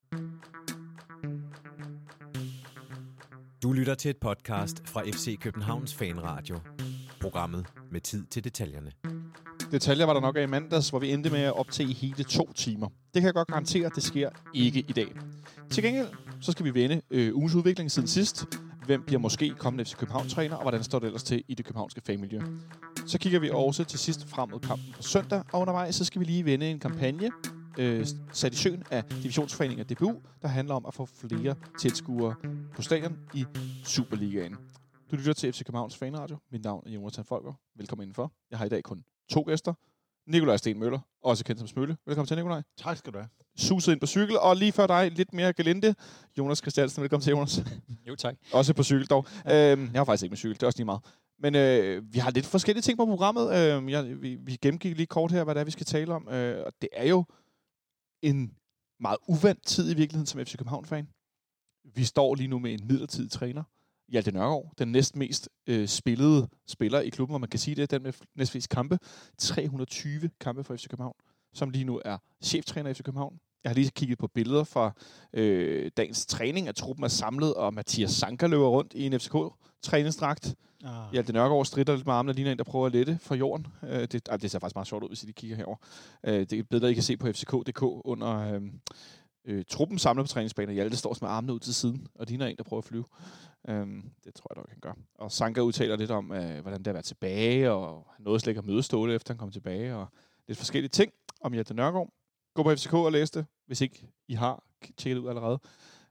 Du lytter til et podcast fra FC Københavns Fanradio. Programmet med tid til detaljerne. Detaljer var der nok af i mandags, hvor vi endte med at optage hele 2 timer. Det kan jeg godt garantere, at det sker ikke i dag. Til gengæld så skal vi vende ugens udvikling siden sidst. Hvem bliver måske kommende FC København-træner, og hvordan står det ellers til i det københavnske fanmiljø? Så kigger vi også til sidst frem mod kampen på søndag, og undervejs så skal vi lige vende en kampagne, sat i søen af Divisionsforeningen af DBU, der handler om at få flere tilskuere på stadion i Superligaen. Du lytter til FC Københavns Fanradio. Mit navn er Jonathan Folker. Velkommen indenfor. Jeg har i dag kun 2 gæster. Nikolaj Sten Møller, også kendt som Smølle. Velkommen til, Nikolaj. Tak skal du have. Suset ind på cykel, og lige før dig lidt mere gelinde. Jonas Christiansen, velkommen til, Jonas. Jo, tak. Også på cykel dog. Jeg har faktisk ikke med cykel, det er også lige meget. Men vi har lidt forskellige ting på programmet. Vi gennemgik lige kort her, hvad det er, vi skal tale om. Og det er jo en meget uvandt tid i virkeligheden som FC København-fan. Vi står lige nu med en midlertidig træner, Hjalte Nørgaard, den næstmest spillede spiller i klubben, hvor man kan sige det, den med næstflest kampe. 320 kampe for FC København, som lige nu er cheftræner i FC København. Jeg har lige kigget på billeder fra dagens træning, at truppen er samlet, og Mathias Sanka løber rundt i en FCK-træningsdragt. Hjalte Nørgaard stritter lidt med armen, og ligner en, der prøver at lette fra jorden. Det ser faktisk meget sjovt ud, hvis I kigger herover. Det er et billede, I kan se på fck.dk under truppen samlet på træningsbanen. Hjalte står med armene ud til siden, og ligner en, der prøver at flyve. Det tror jeg nok, han gør. Og Sanka udtaler lidt om, hvordan det har været tilbage, og han nåede slet ikke at møde Ståle, efter han kom tilbage, og lidt forskellige ting om Hjalte Nørgaard. Gå på FCK og læs det, hvis ikke I har tjekket ud allerede.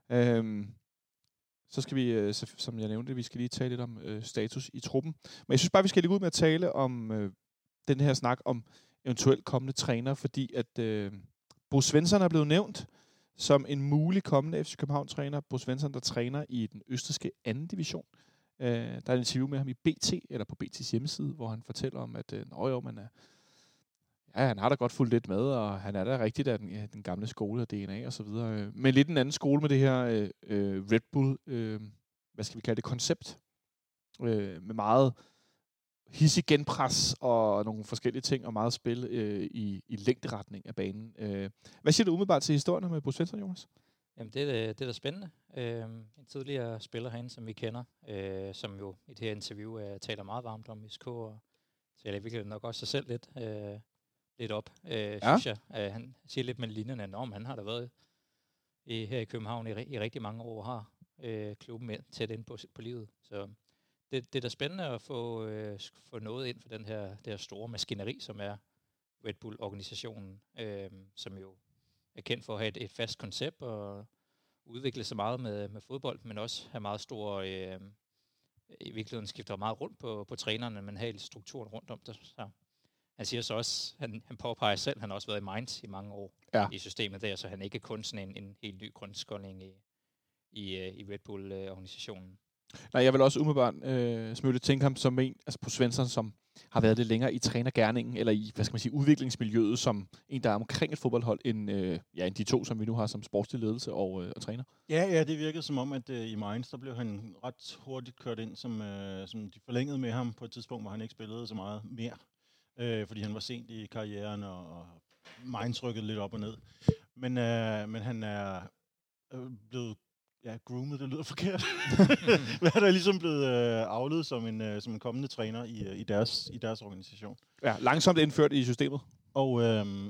Så skal vi, som jeg nævnte, vi skal lige tale lidt om status i truppen. Men jeg synes bare, vi skal lige gå ud med at tale om den her snak om eventuelt kommende træner, fordi at Bo Svensson er blevet nævnt som en mulig kommende FC København-træner. Bo Svensson, der træner i den østrigske 2. division. Der er et interview med ham i BT, eller på BT's hjemmeside, hvor han fortæller om, at han har da godt fulgt lidt med, og han er da rigtigt af den gamle skole af DNA og så videre. Men lidt en anden skole med det her Red Bull, hvad skal vi kalde det, koncept. Med meget hissig genpres og nogle forskellige ting, og meget spil i længderetning af banen. Hvad siger du umiddelbart til historien med Bo Svensson, Jonas? Jamen, det er da spændende. En tidligere spiller herinde, som vi kender, som jo i det her interview taler meget varmt om FCK, og taler i virkeligheden nok også sig selv lidt op, synes jeg. Han siger lidt med linjerne om, han har da været her i København i rigtig mange år, har klubben med tæt ind på livet. Så det er da spændende at få noget ind for det her store maskineri, som er Red Bull-organisationen, som jo er kendt for at have et fast koncept og udvikle sig meget med fodbold, men også have meget stor i virkeligheden skifter meget rundt på trænerne, men have strukturen rundt om det. Så han siger så også, han påpeger selv, han har også været i Mainz i mange år i systemet der, så han ikke kun sådan en helt ny grundskoldning i Red Bull-organisationen. Nej, jeg vil også umiddelbart Smølle tænke ham som en, altså på Svensson, som har været lidt længere i trænergerningen, eller i, hvad skal man sige, udviklingsmiljøet, som en, der er omkring et fodboldhold, end de 2, som vi nu har som sportslig ledelse og træner. Ja, det virkede som om, at i Mainz, der blev han ret hurtigt kørt ind, som de forlængede med ham på et tidspunkt, hvor han ikke spillede så meget mere. Fordi han var sent i karrieren, og Mainz rykkede lidt op og ned. Men han er blevet groomet, det lyder forkert. Men han er ligesom blevet avlet som en kommende træner i deres organisation. Ja, langsomt indført i systemet. Og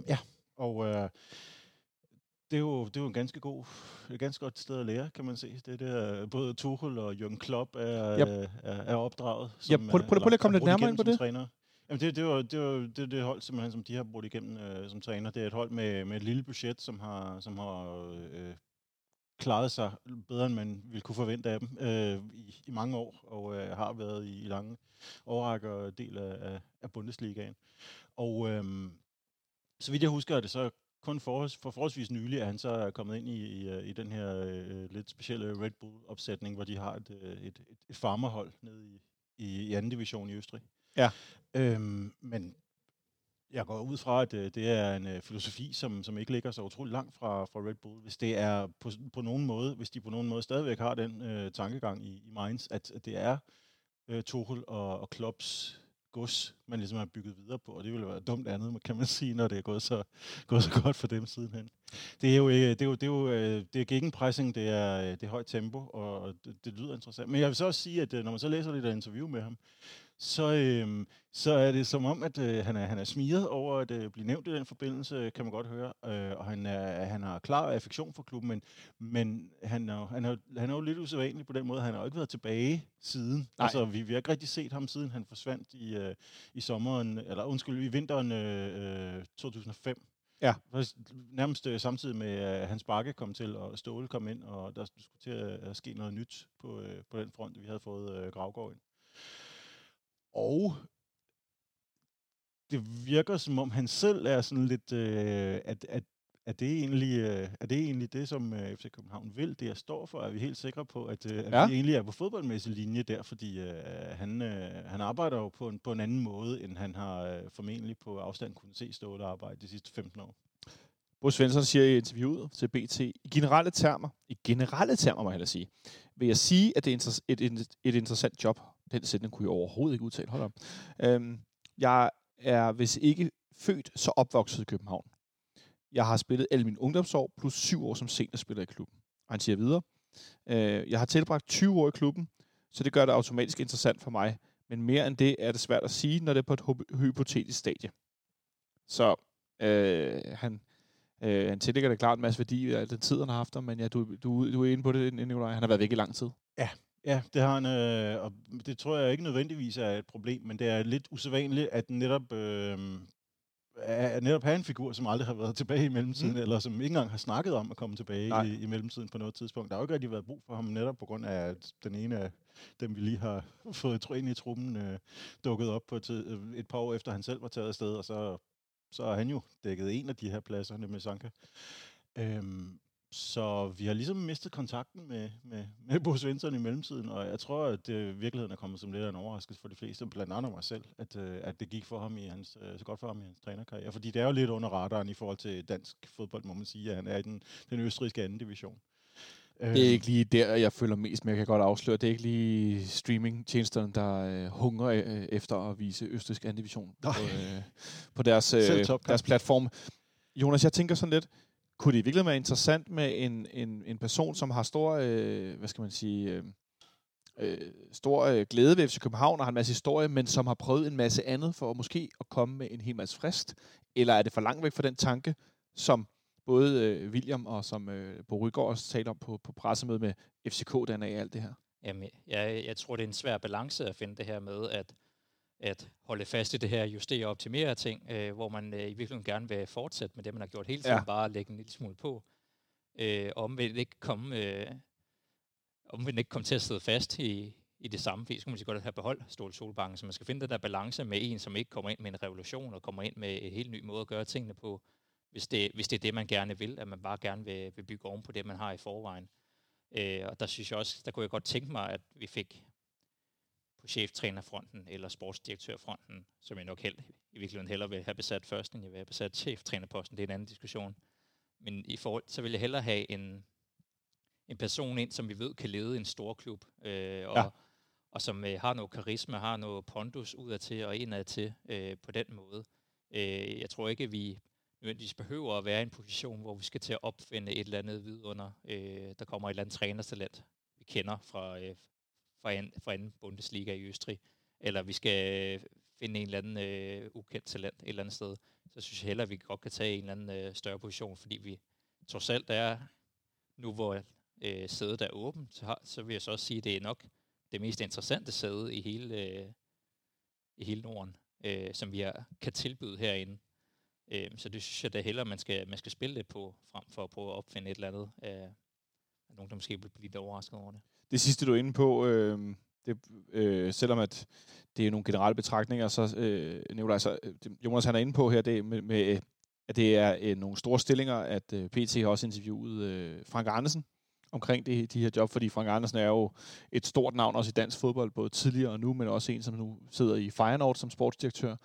det er jo et ganske godt sted at lære, kan man se. Det der både Tuchel og Jürgen Klopp er opdraget. Prøv lige at komme lidt nærmere ind på det. Træner. Jamen det hold, som de har brugt igennem som træner. Det er et hold med et lille budget, som har klaret sig bedre, end man ville kunne forvente af dem i mange år, og har været i lange årrækker del af Bundesligaen. Og så vidt jeg husker, er det så kun forholdsvis nylig, at han så er kommet ind i den her lidt specielle Red Bull-opsætning, hvor de har et farmerhold nede i 2. division i Østrig. Ja. Men jeg går ud fra, at det er en filosofi, som ikke ligger så utroligt langt fra Red Bull. Hvis det er på nogen måde, hvis de på nogen måde stadigvæk har den tankegang i Mainz, at det er Tuchel og Klopps gods, man ligesom har bygget videre på, og det ville være dumt andet, kan man sige, når det er gået så godt for dem sidenhen. Det er gegenpressing, det er højt tempo, og det lyder interessant. Men jeg vil så også sige, at når man så læser lidt af interview med ham, så er det som om, at han er smiret over at blive nævnt i den forbindelse, kan man godt høre. Og han har klar affektion for klubben, men han er jo lidt usædvanlig på den måde. Han har jo ikke været tilbage siden. Nej. Altså, vi har ikke rigtig set ham siden han forsvandt i sommeren, i vinteren 2005. Ja. Nærmest samtidig med, at Hans Bakke kom til, og Ståle kom ind, og der skulle til at ske noget nyt på den front. Vi havde fået Gravgaard ind. Og det virker, som om han selv er sådan lidt, er det egentlig det, som FC København vil, det jeg står for? Er vi helt sikre på, at vi egentlig er på fodboldmæssig linje der, fordi han arbejder jo på en anden måde, end han har formentlig på afstand kunne se Ståle arbejde de sidste 15 år. Bo Svensson siger i interviewet til BT, i generelle termer må jeg sige, vil jeg sige, at det er et interessant job. Den sætning kunne jeg overhovedet ikke udtale. Hold op. Jeg er, hvis ikke født, så opvokset i København. Jeg har spillet alle mine ungdomsår, plus 7 år som seniorspiller i klubben. Og han siger videre, jeg har tilbragt 20 år i klubben, så det gør det automatisk interessant for mig. Men mere end det er det svært at sige, når det er på et hypotetisk stadie. Så han tillægger det klart en masse værdi af den tid, han har haft ham, men ja, du er inde på det, Nikolaj. Han har været væk i lang tid. Ja, det har han, og det tror jeg ikke nødvendigvis er et problem, men det er lidt usædvanligt, at netop have en figur, som aldrig har været tilbage i mellemtiden, eller som ikke engang har snakket om at komme tilbage i mellemtiden på noget tidspunkt. Der har jo ikke rigtig været brug for ham, netop på grund af, at den ene af dem, vi lige har fået ind i truppen, dukket op på et par år efter han selv var taget afsted, og så har han jo dækket en af de her pladser, nemlig Sanka. Så vi har ligesom mistet kontakten med Bo Svensson i mellemtiden, og jeg tror, at virkeligheden er kommet som lidt af en overraskelse for de fleste, blandt andet mig selv, at det gik for ham så godt for ham i hans trænerkarriere. Fordi det er jo lidt under radaren i forhold til dansk fodbold, må man sige, at han er i den østrigske anden division. Det er ikke lige der, jeg føler mest, men jeg kan godt afsløre. Det er ikke lige streamingtjenesterne, der hungrer efter at vise østrigsk anden division på deres platform. Jonas, jeg tænker sådan lidt, kunne det virkelig være interessant med en person, som har stor, stor glæde ved FC København og har en masse historie, men som har prøvet en masse andet for måske at komme med en hel masse frist? Eller er det for langt væk fra den tanke, som både William og som Bo Rygaard også talte om på pressemødet med FCK-DNA og alt det her? Jamen, jeg tror, det er en svær balance at finde det her med, at holde fast i det her, justere og optimere ting, hvor man i virkeligheden gerne vil fortsætte med det, man har gjort hele tiden, bare lægge en lille smule på. Omvendt ikke komme til at sidde fast i det samme, fordi så kan man sige godt have beholdt Ståle Solbakken, så man skal finde den der balance med en, som ikke kommer ind med en revolution, og kommer ind med en helt ny måde at gøre tingene på, hvis det er det, man gerne vil, at man bare gerne vil bygge oven på det, man har i forvejen. Og der synes jeg også, der kunne jeg godt tænke mig, at vi fik på cheftrænerfronten eller sportsdirektørfronten, som jeg nok i virkeligheden hellere vil have besat først, end jeg vil have besat cheftrænerposten. Det er en anden diskussion. Men i forhold så vil jeg hellere have en person ind, som vi ved kan lede en stor klub, og som har noget karisma, har noget pondus udadtil og indadtil på den måde. Jeg tror ikke, at vi nødvendigvis behøver at være i en position, hvor vi skal til at opfinde et eller andet vidunder. Der kommer et eller andet trænertalent, vi kender fra anden Bundesliga i Østrig, eller vi skal finde en eller anden ukendt talent et eller andet sted, så synes jeg hellere, at vi godt kan tage en eller anden større position, fordi vi trods alt er, nu hvor sædet er åbent, så vil jeg så også sige, at det er nok det mest interessante sæde i hele Norden, som vi kan tilbyde herinde. Så det synes jeg da hellere, man skal spille lidt på, frem for at prøve at opfinde et eller andet. Nogen, der måske bliver lidt overrasket over det. Det sidste, du er inde på, selvom at det er nogle generelle betragtninger, så Jonas han er inde på her, det med at det er nogle store stillinger, at PT har også interviewet Frank Andersen omkring de her job, fordi Frank Andersen er jo et stort navn også i dansk fodbold, både tidligere og nu, men også en, som nu sidder i Feyenoord som sportsdirektør.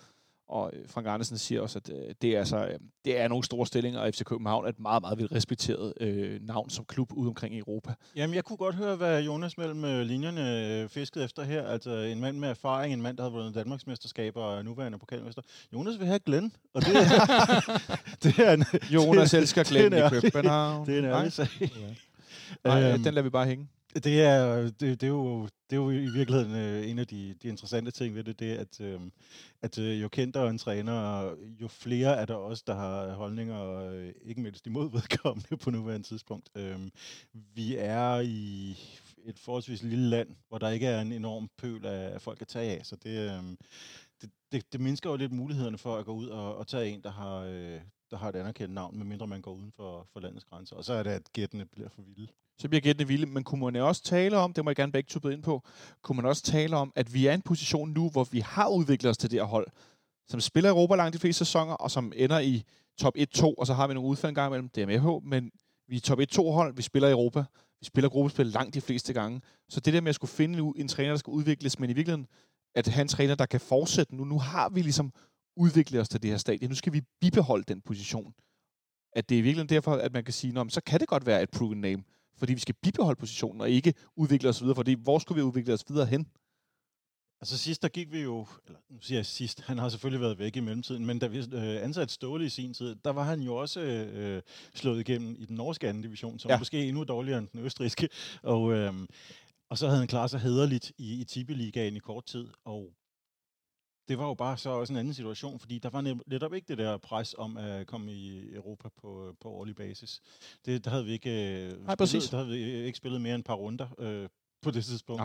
Og Frank Andersen siger også, at det er nogle store stillinger, og FC København er et meget, meget respekteret navn som klub ude omkring i Europa. Jamen, jeg kunne godt høre, hvad Jonas mellem linjerne fiskede efter her. Altså en mand med erfaring, en mand, der har vundet Danmarksmesterskaber og nuværende pokalmester. Jonas vil have Glenn, og det er Jonas elsker Glenn i København. Det er en ærlig sag. Nej, den lader vi bare hænge. Det er jo i virkeligheden en af de interessante ting ved det, at jo kendtere en træner, jo flere er der også, der har holdninger, ikke mindst imod vedkommende på nuværende tidspunkt. Vi er i et forholdsvis lille land, hvor der ikke er en enorm pøl af folk at tage af, så det mindsker jo lidt mulighederne for at gå ud og tage en, der har et anerkendt navn, medmindre man går uden for landets grænser. Og så er det, at gættene bliver for vilde. Så bliver gættene vilde, men kunne man også tale om, det må jeg gerne begge to ind på, kunne man også tale om, at vi er i en position nu, hvor vi har udviklet os til det her hold, som spiller Europa langt de fleste sæsoner, og som ender i top 1-2, og så har vi nogle udfald en gang imellem, det er med på, men vi er top 1-2 hold, vi spiller i Europa, vi spiller gruppespil langt de fleste gange. Så det der med at skulle finde en træner, der skal udvikles, men i virkeligheden, at have en træner, der kan fortsætte nu har vi ligesom udviklet os til det her stadie. Nu skal vi bibeholde den position. At det er i virkeligheden derfor, at man kan sige, så kan det godt være et proven name, fordi vi skal bibeholde positionen og ikke udvikle os videre, fordi hvor skulle vi udvikle os videre hen? Altså sidst, der gik vi jo, eller nu siger jeg sidst, han har selvfølgelig været væk i mellemtiden, men da vi ansatte Ståle i sin tid, der var han jo også slået igennem i den norske anden division, som måske endnu dårligere end den østrigske, og så havde han klaret sig hæderligt i Tippeligaen i kort tid, og det var jo bare så også en anden situation, fordi der var netop ikke det der pres om at komme i Europa på årlig basis. Der havde vi ikke spillet, der havde vi ikke spillet mere end et par runder på det tidspunkt.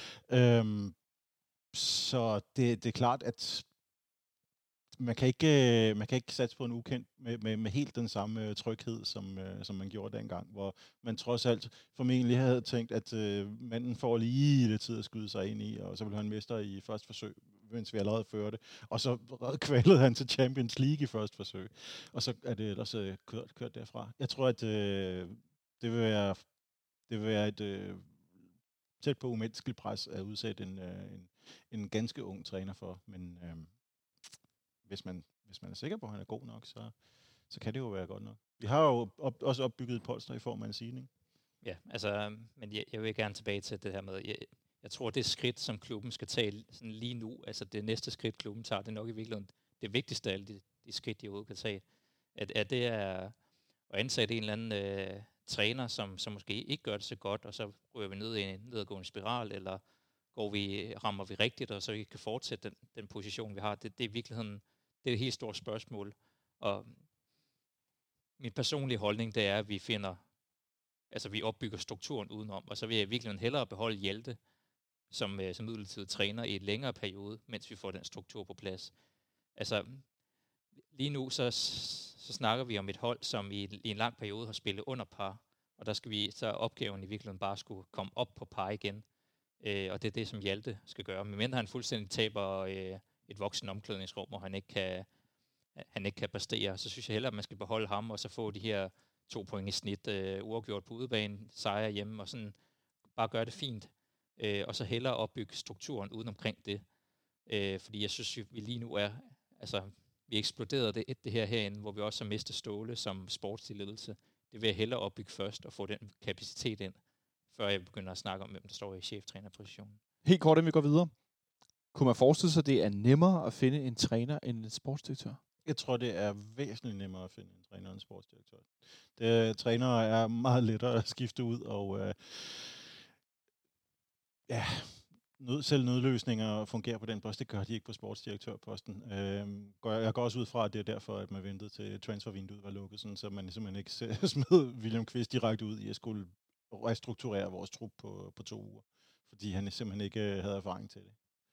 Så det er klart, at man kan ikke satse på en ukendt med helt den samme tryghed, som man gjorde dengang, hvor man trods alt formentlig havde tænkt, at manden får lige lidt tid at skyde sig ind i, og så vil han mester i første forsøg, mens vi allerede førte. Og så kvalede han til Champions League i første forsøg. Og så er det ellers kørt derfra. Jeg tror, at det vil være et tæt på umenneskeligt pres at udsætte en ganske ung træner for. Men hvis man er sikker på, at han er god nok, så kan det jo være godt nok. Vi har jo også opbygget et polster i form af en signing. Ja, altså, men jeg vil gerne tilbage til det her med, jeg tror, det skridt, som klubben skal tage sådan lige nu, altså det næste skridt, klubben tager, det er nok i virkeligheden det vigtigste af alle de skridt, de overhovedet kan tage. At det er at ansætte en eller anden træner, som måske ikke gør det så godt, og så ryger vi ned i en nedadgående spiral, eller rammer vi rigtigt, og så vi kan fortsætte den position, vi har. Det er i virkeligheden det er et helt stort spørgsmål. Og min personlige holdning, det er, at vi opbygger strukturen udenom, og så vil jeg i virkeligheden hellere beholde Hjalte som midlertidig træner i et længere periode, mens vi får den struktur på plads. Altså, lige nu så snakker vi om et hold, som i en lang periode har spillet under par, og der skal så opgaven i virkeligheden bare skulle komme op på par igen. Og det er det, som Hjalte skal gøre. Men mindre han fuldstændig taber et voksen omklædningsrum, og han ikke kan præstere, så synes jeg hellere, at man skal beholde ham, og så få de her 2 point i snit, uafgjort på udebane, sejre hjemme, og sådan bare gøre det fint. Og så hellere opbygge strukturen uden omkring det. Fordi jeg synes, vi lige nu vi eksploderede det her herinde, hvor vi også har mistet Ståle som sportslig ledelse. Det vil jeg hellere opbygge først, og få den kapacitet ind, før jeg begynder at snakke om, hvem der står i cheftrænerpositionen. Helt kort, inden vi går videre. Kunne man forestille sig, at det er nemmere at finde en træner end en sportsdirektør? Jeg tror, det er væsentligt nemmere at finde en træner end en sportsdirektør. Trænere er meget lettere at skifte ud, og selv nødløsninger fungerer på den post. Det gør de ikke på sportsdirektørposten. Jeg går også ud fra, at det er derfor, at man ventede til transfervinduet var lukket, sådan, så man simpelthen ikke smed William Kvist direkte ud i at skulle restrukturere vores trup på 2 uger, fordi han simpelthen ikke havde erfaring til det.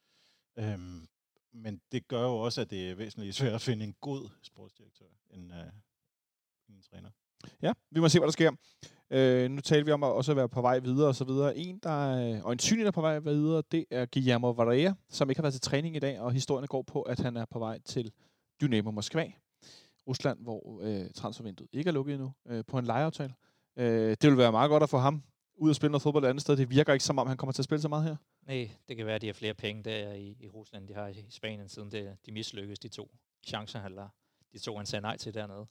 Men det gør jo også, at det er væsentligt svært at finde en god sportsdirektør end en træner. Ja, vi må se, hvad der sker. Nu taler vi om at også være på vej videre og så videre. En, der øjensynligt er på vej videre, det er Guillermo Varela, som ikke har været til træning i dag, og historien går på, at han er på vej til Dynamo Moskva, Rusland, hvor transfervinduet ikke er lukket endnu, på en lejeaftale. Det vil være meget godt at få ham ud og spille noget fodbold et andet sted. Det virker ikke som om, han kommer til at spille så meget her. Nej, det kan være, at de har flere penge der i Rusland, de har i Spanien, siden de mislykkedes, de 2 chancer, eller de 2, han sagde nej til dernede.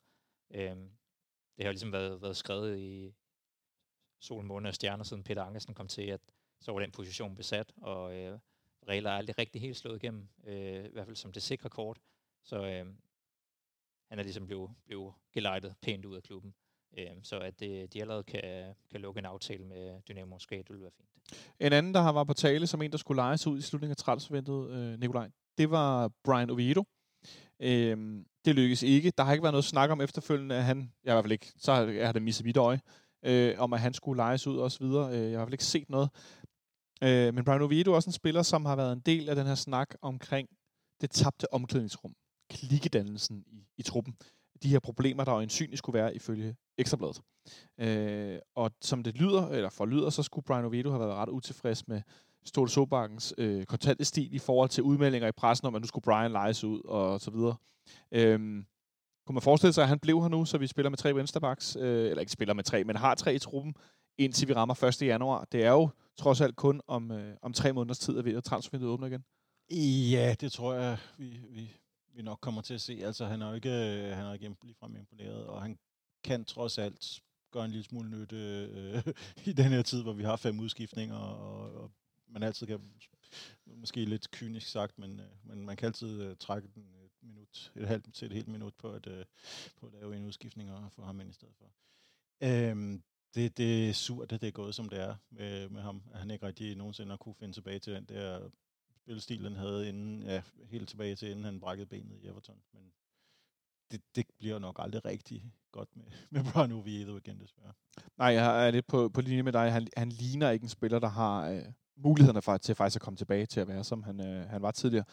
Det har jo ligesom været skrevet i Sol, Måne og Stjerner, siden Peter Ankersen kom til, at så var den position besat, og regler er aldrig rigtig helt slået igennem, i hvert fald som det sikre kort. Så han er ligesom blevet gelejtet pænt ud af klubben. Så at de allerede kan lukke en aftale med Dynamo Moskva, det vil være fint. En anden, der var på tale som en, der skulle lejes ud i slutningen af transfervinduet, Nikolaj, det var Brian Oviedo. Det lykkedes ikke. Der har ikke været noget snak om efterfølgende, at han, jeg har i hvert fald ikke, så har det misset mit øje, om at han skulle lejes ud og så videre. Jeg har i hvert fald ikke set noget. Men Brian Oviedo er også en spiller, som har været en del af den her snak omkring det tabte omklædningsrum. Klikkedannelsen i truppen. De her problemer, der øjensynligt skulle være ifølge Ekstrabladet. Og som det lyder, eller forlyder, så skulle Brian Oviedo have været ret utilfreds med Ståle Solbakkens kontante stil i forhold til udmeldinger i pressen om, at nu skulle Brian lejes ud og så videre. Kunne man forestille sig, at han blev her nu, så vi spiller med 3 venstrebacks, eller ikke spiller med 3, men har 3 i truppen, indtil vi rammer 1. januar. Det er jo trods alt kun om 3 måneders tid, at transfervinduet åbner igen. Ja, det tror jeg, vi nok kommer til at se. Altså, han er jo ikke ligefrem imponeret, og han kan trods alt gøre en lille smule nytte i den her tid, hvor vi har 5 udskiftninger, og man altid kan, måske lidt kynisk sagt, men man kan altid trække den et halvt til et helt minut på at lave en udskiftning og få ham ind i stedet for. Det er surt, at det er gået, som det er med ham. At han ikke rigtig nogensinde har kunne finde tilbage til den der spillestil, han havde inden, helt tilbage til inden han brækkede benet i Everton. Men det bliver nok aldrig rigtig godt med Brian Oviedo igen, desværre. Nej, jeg er lidt på linje med dig. Han ligner ikke en spiller, der har mulighederne til faktisk at komme tilbage til at være, som han var tidligere.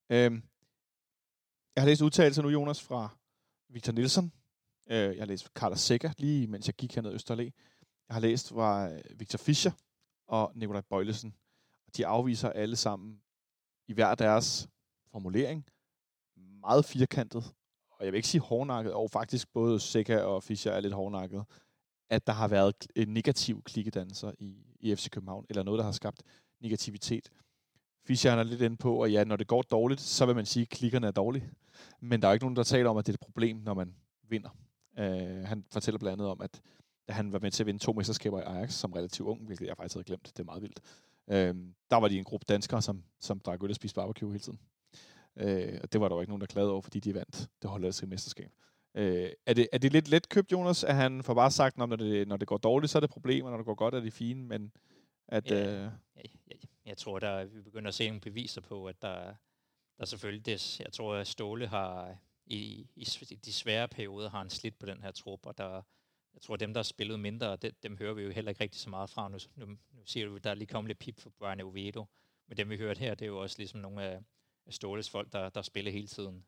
Jeg har læst udtalelser nu, Jonas, fra Victor Nielsen. Jeg har læst Carlos Seca, lige mens jeg gik herned i Østerlæ. Jeg har læst fra Victor Fischer og Nikolaj Bøjlesen. De afviser alle sammen i hver deres formulering meget firkantet, og jeg vil ikke sige hårdnakket, og faktisk både Seca og Fischer er lidt hårdnakket, at der har været en negativ klikkedannelser i FC København, eller noget, der har skabt negativitet. Fischer er lidt inde på, at ja, når det går dårligt, så vil man sige, at klikkerne er dårlige. Men der er ikke nogen, der taler om, at det er et problem, når man vinder. Han fortæller blandt andet om, at da han var med til at vinde 2 mesterskaber i Ajax som relativt ung, hvilket jeg faktisk havde glemt, det er meget vildt. Der var de en gruppe danskere, som drak øl og spiste barbecue hele tiden. Og det var der jo ikke nogen, der klagede over, fordi de vandt det hollandske mesterskab. Er det lidt let købt, Jonas, at han får bare sagt, når det går dårligt, så er det problemer, når det går godt, er det fine, men at... Jeg tror, vi begynder at se nogle beviser på, at der selvfølgelig det. Jeg tror, at Ståle har i de svære perioder har han slidt på den her trup, og jeg tror, dem, der har spillet mindre, dem hører vi jo heller ikke rigtig så meget fra. Nu siger du, der er lige kommet lidt pip for Brian Oviedo, men dem, vi hørte her, det er jo også ligesom nogle af Ståles folk, der spiller hele tiden.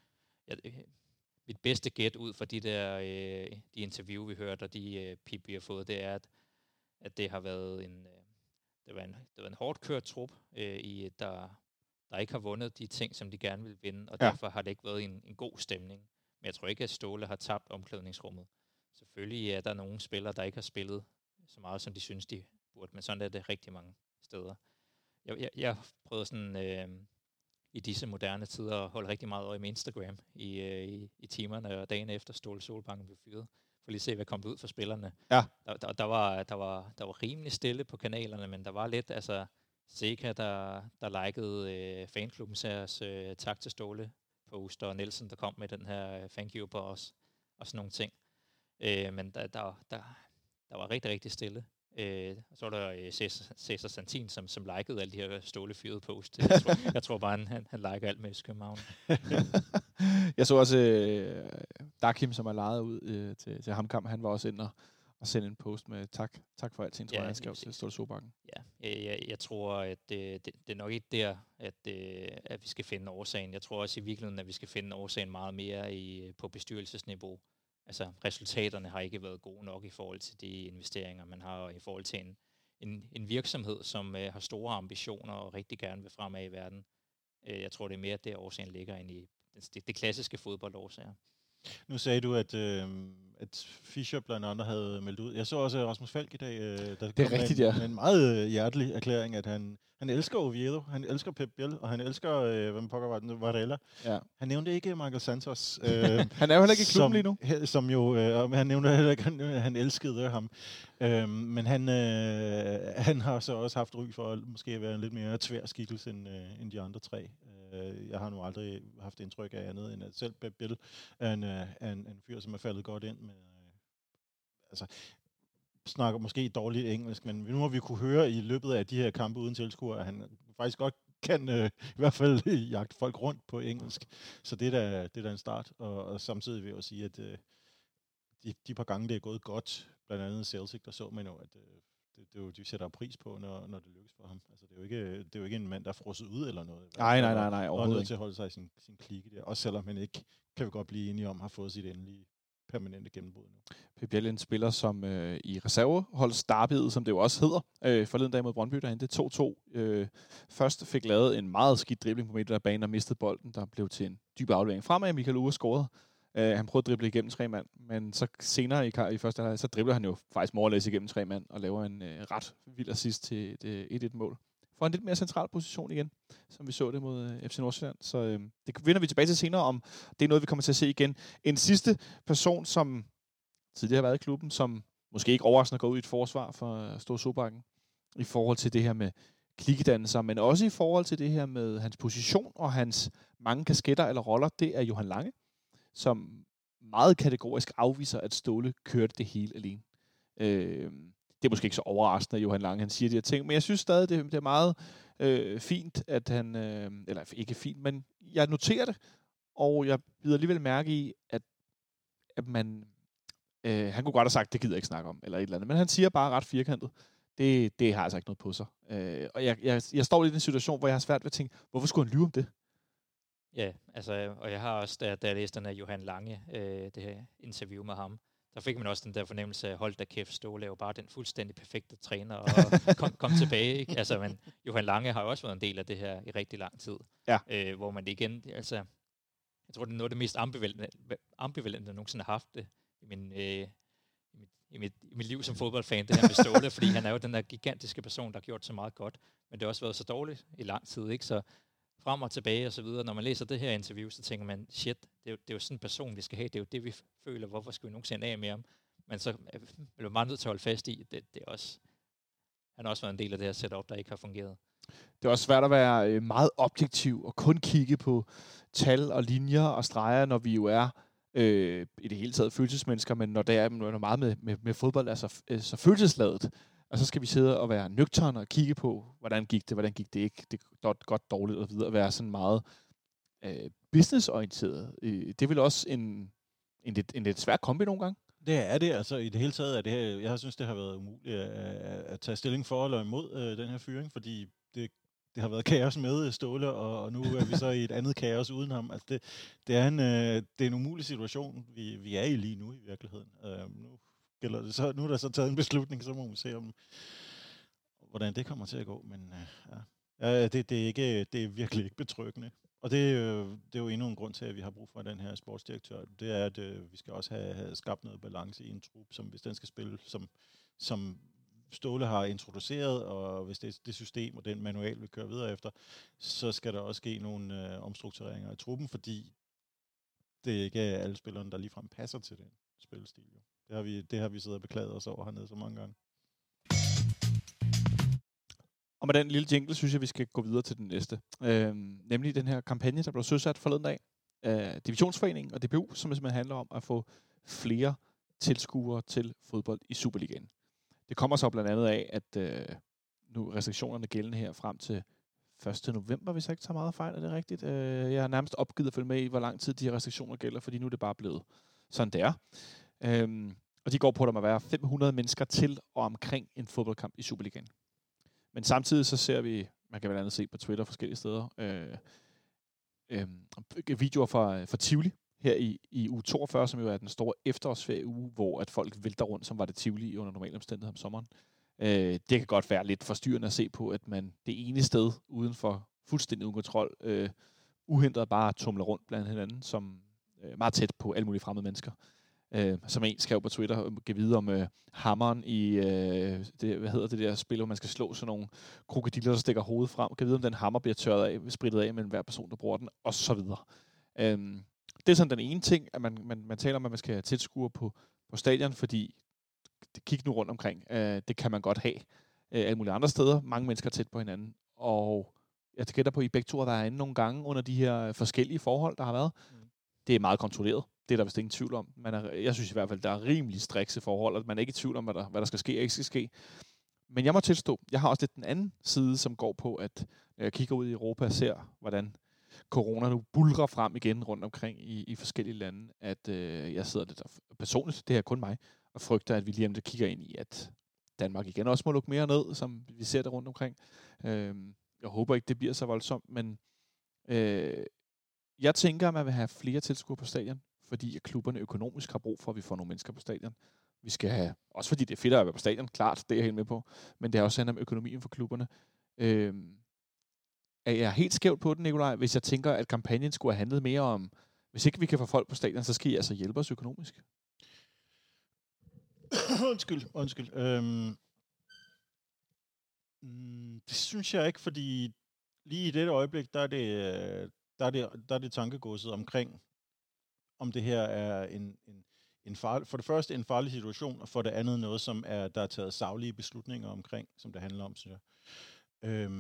Mit bedste gæt ud fra de interview, vi hørte, og de pip, vi har fået, det er, at det har været en hårdt kørt trup, der ikke har vundet de ting, som de gerne vil vinde, og derfor har det ikke været en god stemning. Men jeg tror ikke, at Ståle har tabt omklædningsrummet. Selvfølgelig er der nogle spillere, der ikke har spillet så meget, som de synes, de burde, men sådan er det rigtig mange steder. Jeg prøvede sådan i disse moderne tider at holde rigtig meget øje med Instagram i timerne og dagen efter Ståle Solbakken blev fyret, for lige at se, hvad kom ud for spillerne. Ja. Der var rimelig stille på kanalerne, men der var lidt, altså Seca, der likede fanklubbens tak til Ståle post, og Nielsen, der kom med den her thank you på os, og sådan nogle ting. Men der var rigtig, rigtig stille. Og så var der Cæsar Santin, som likede alle de her Ståle fyrede post. Jeg tror bare, han liker alt med København. Jeg så også Dakim, som er lejet ud til Hamkamp. Han var også inde og sende en post med tak for alting, tror jeg, han skrev til Ståle Solbakken. Ja, jeg tror, at det er nok ikke der, at vi skal finde årsagen. Jeg tror også i virkeligheden, at vi skal finde årsagen meget mere på bestyrelsesniveau. Altså, resultaterne har ikke været gode nok i forhold til de investeringer, man har i forhold til en virksomhed, som har store ambitioner og rigtig gerne vil fremad i verden. Jeg tror, det er mere der årsagen ligger end i det klassiske fodboldårsager. Nu sagde du, at Fischer blandt andet havde meldt ud. Jeg så også Rasmus Falk i dag, der det er rigtigt, ja. med en meget hjertelig erklæring, at han elsker Oviedo, han elsker Pep Biel, og han elsker, hvem pokker var den, Varela. Ja. Han nævnte ikke Michael Santos. Han er jo heller ikke i klubben lige nu. Som jo, han nævnte heller ikke, han elskede ham. Men han har så også haft ry for at måske være en lidt mere tvær skikkelse end de andre tre. Jeg har nu aldrig haft indtryk af andet, end at selv Pep Biel er en fyr, som er faldet godt ind med... snakker måske dårligt engelsk, men nu har vi kunne høre i løbet af de her kampe uden tilskuere, at han faktisk godt kan i hvert fald jagte folk rundt på engelsk. Så det er da en start. Og samtidig vil jeg også sige, at de par gange, det er gået godt, blandt andet Celtic, der så man jo, at de sætter pris på, når det lykkes for ham. Altså, det er jo ikke en mand, der er frosset ud eller noget. Nej, og er nødt til at holde sig i sin klikke der. Også selvom han ikke, kan vi godt blive enige om, har fået sit endelige permanente gennembrud nu. Pep Biel, en spiller, som i reserveholdsderbyet, som det jo også hedder, forleden dag mod Brøndby, der endte 2-2. Først fik lavet en meget skidt dribling på midten af banen og mistede bolden, der blev til en dyb aflevering fremad. Michael Uhre scorede. Han prøvede at drible igennem 3 mand, men så senere i første halvleg, så dribler han jo faktisk morlæs igennem 3 mand og laver en ret vild assist til et 1-1-mål. For en lidt mere central position igen, som vi så det mod FC Nordsjælland. Så det vender vi tilbage til senere, om det er noget, vi kommer til at se igen. En sidste person, som tidligere har været i klubben, som måske ikke overraskende går ud i et forsvar for Store Solbakken, i forhold til det her med klikkedannelser, men også i forhold til det her med hans position og hans mange kasketter eller roller, det er Johan Lange, som meget kategorisk afviser, at Ståle kørte det hele alene. Det er måske ikke så overraskende, at Johan Lange han siger de her ting, men jeg synes stadig, det er meget fint, at han... eller ikke fint, men jeg noterer det, og jeg bider alligevel mærke i, at man... han kunne godt have sagt, det gider jeg ikke snakke om, eller et eller andet, men han siger bare ret firkantet, det har altså ikke noget på sig. Og jeg står lidt i en situation, hvor jeg har svært ved at tænke, hvorfor skulle han lyve om det? Ja, altså, og jeg har også, da jeg læste den af Johan Lange, det her interview med ham, der fik man også den der fornemmelse af, hold da kæft, Ståle er jo bare den fuldstændig perfekte træner, og kom tilbage, ikke? Altså, men Johan Lange har jo også været en del af det her i rigtig lang tid. Ja. Hvor man igen, altså, jeg tror, det er noget af det mest ambivalente jeg nogensinde har haft det i mit liv som fodboldfan, det her med Ståle, fordi han er jo den der gigantiske person, der har gjort så meget godt, men det har også været så dårligt i lang tid, ikke? Så frem og tilbage og så videre. Når man læser det her interview, så tænker man, shit, det er jo sådan en person, vi skal have. Det er jo det, vi føler. Hvorfor skal vi nogensinde af med ham? Men så er vi meget nødt til at holde fast i. Det er også, han har også været en del af det her setup, der ikke har fungeret. Det er også svært at være meget objektiv og kun kigge på tal og linjer og streger, når vi jo er i det hele taget følelsesmennesker, men når det er meget med fodbold, altså så følelsesladet. Og så skal vi sidde og være nøgterne og kigge på, hvordan gik det ikke, det er godt, dårligt og videre, at være sådan meget businessorienteret. Det er vel også en lidt svær kombi nogle gange? Det er det, altså i det hele taget er det her, jeg synes, det har været umuligt at tage stilling for eller imod den her fyring, fordi det har været kaos med Ståle, og nu er vi så i et andet kaos uden ham. Altså det er en umulig situation, vi er i lige nu i virkeligheden. Nu er der så taget en beslutning, så må vi se, hvordan det kommer til at gå. Men det er virkelig ikke betryggende. Og det er jo endnu en grund til, at vi har brug for den her sportsdirektør. Det er, at vi skal også have skabt noget balance i en trup, som hvis den skal spille, som Ståle har introduceret, og hvis det er det system og den manual, vi kører videre efter, så skal der også ske nogle omstruktureringer af truppen, fordi det er ikke alle spillerne, der ligefrem passer til den spillestil. Det har vi siddet og beklaget os over hernede så mange gange. Og med den lille jingle, synes jeg, vi skal gå videre til den næste. Nemlig den her kampagne, der blev søsat forleden dag af Divisionsforeningen og DBU, som simpelthen handler om at få flere tilskuere til fodbold i Superligaen. Det kommer så blandt andet af, at nu restriktionerne gældende her frem til 1. november, hvis jeg ikke tager meget fejl, er det rigtigt? Jeg har nærmest opgivet at følge med i, hvor lang tid de her restriktioner gælder, fordi nu er det bare blevet sådan der. Og de går på, at der må være 500 mennesker til og omkring en fodboldkamp i Superligaen. Men samtidig så ser vi, man kan blandt andet se på Twitter forskellige steder, videoer fra Tivoli her i uge 42, som jo er den store efterårsferieuge, hvor at folk vælter rundt, som var det Tivoli under normale omstændigheder om sommeren. Det kan godt være lidt forstyrrende at se på, at man det ene sted uden for fuldstændig uden kontrol, uhindret bare tumler rundt blandt hinanden, som meget tæt på alle mulige fremmede mennesker. Som en skrev på Twitter, kan vide om hammeren i det der spil, hvor man skal slå sådan nogle krokodiller, der stikker hovedet frem. Kan vide, om den hammer bliver tørret af, spritet af mellem hver person, der bruger den, og så videre. Det er sådan den ene ting, at man taler om, at man skal have tilskuere på stadion, fordi kig nu rundt omkring. Det kan man godt have alle mulige andre steder. Mange mennesker tæt på hinanden. Og jeg gætter på, at I begge to har været inde nogle gange under de her forskellige forhold, der har været. Det er meget kontrolleret. Det er der vist ingen tvivl om. Jeg synes i hvert fald, der er rimelig strikse forhold, og man er ikke i tvivl om, hvad der skal ske og ikke skal ske. Men jeg må tilstå, jeg har også lidt den anden side, som går på, at når jeg kigger ud i Europa og ser, hvordan corona nu bulrer frem igen rundt omkring i forskellige lande, at jeg sidder lidt personligt, det er kun mig, og frygter, at vi lige om det kigger ind i, at Danmark igen også må lukke mere ned, som vi ser det rundt omkring. Jeg håber ikke, det bliver så voldsomt, men jeg tænker, at man vil have flere tilskuere på stadion, fordi klubberne økonomisk har brug for, at vi får nogle mennesker på stadion. Vi skal have, også fordi det er fedt at være på stadion, klart, det er jeg helt med på, men det er også handler om økonomien for klubberne. Er jeg helt skævt på den, Nikolaj, hvis jeg tænker, at kampagnen skulle have handlet mere om, hvis ikke vi kan få folk på stadion, så skal I altså hjælpe os økonomisk? Undskyld. Det synes jeg ikke, fordi lige i dette øjeblik, der er det tankegodset omkring, om det her er for det første en farlig situation, og for det andet noget, som der er taget saglige beslutninger omkring, som det handler om, synes jeg.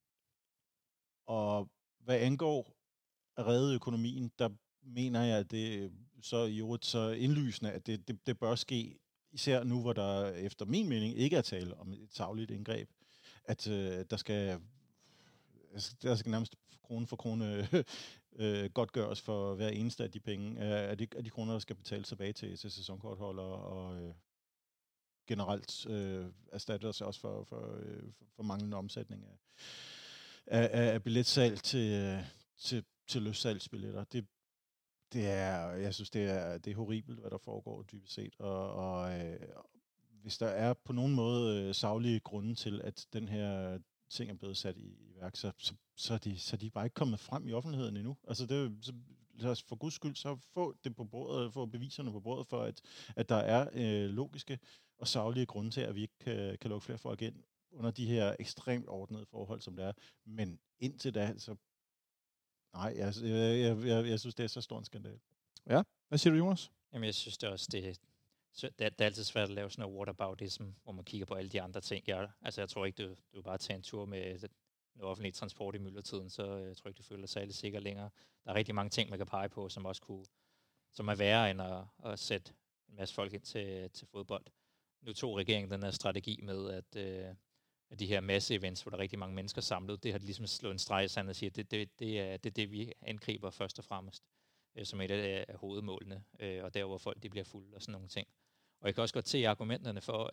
Og hvad angår at redde økonomien, der mener jeg, at det så i øvrigt så indlysende, at det bør ske, især nu, hvor der efter min mening ikke er tale om et sagligt indgreb, at der skal nærmest krone for krone godtgøres for hver eneste af de penge, af de kroner, der skal betales tilbage til sæsonkortholdere, og generelt erstatter sig også for manglende omsætning af billetsalg til løssalgsbilletter. Jeg synes, det er horribelt, hvad der foregår dybest set, og hvis der er på nogen måde saglige grunde til, at den her ting er blevet sat i værk, så er de bare ikke kommet frem i offentligheden endnu. Altså lad os for guds skyld så få det på bordet, få beviserne på bordet for, at der er logiske og saglige grunde til, at vi ikke kan lukke flere folk ind under de her ekstremt ordnede forhold, som det er. Men indtil da, så nej, jeg synes, det er så stor en skandal. Ja, hvad siger du, Jonas? Jamen, jeg synes det også, det er altid svært at lave sådan noget whataboutism, hvor man kigger på alle de andre ting. Jeg tror ikke, du vil bare tage en tur med noget offentlig transport i myldretiden, så jeg tror ikke, du føler dig særlig sikker længere. Der er rigtig mange ting, man kan pege på, som er værre end at sætte en masse folk ind til fodbold. Nu tog regeringen den her strategi med, at de her masse-events, hvor der er rigtig mange mennesker samlet, det har de ligesom slået en streg i sandet og siger, at det er det, vi angriber først og fremmest, som et af hovedmålene, og der, hvor folk de bliver fulde og sådan nogle ting. Og jeg kan også godt se argumenterne for,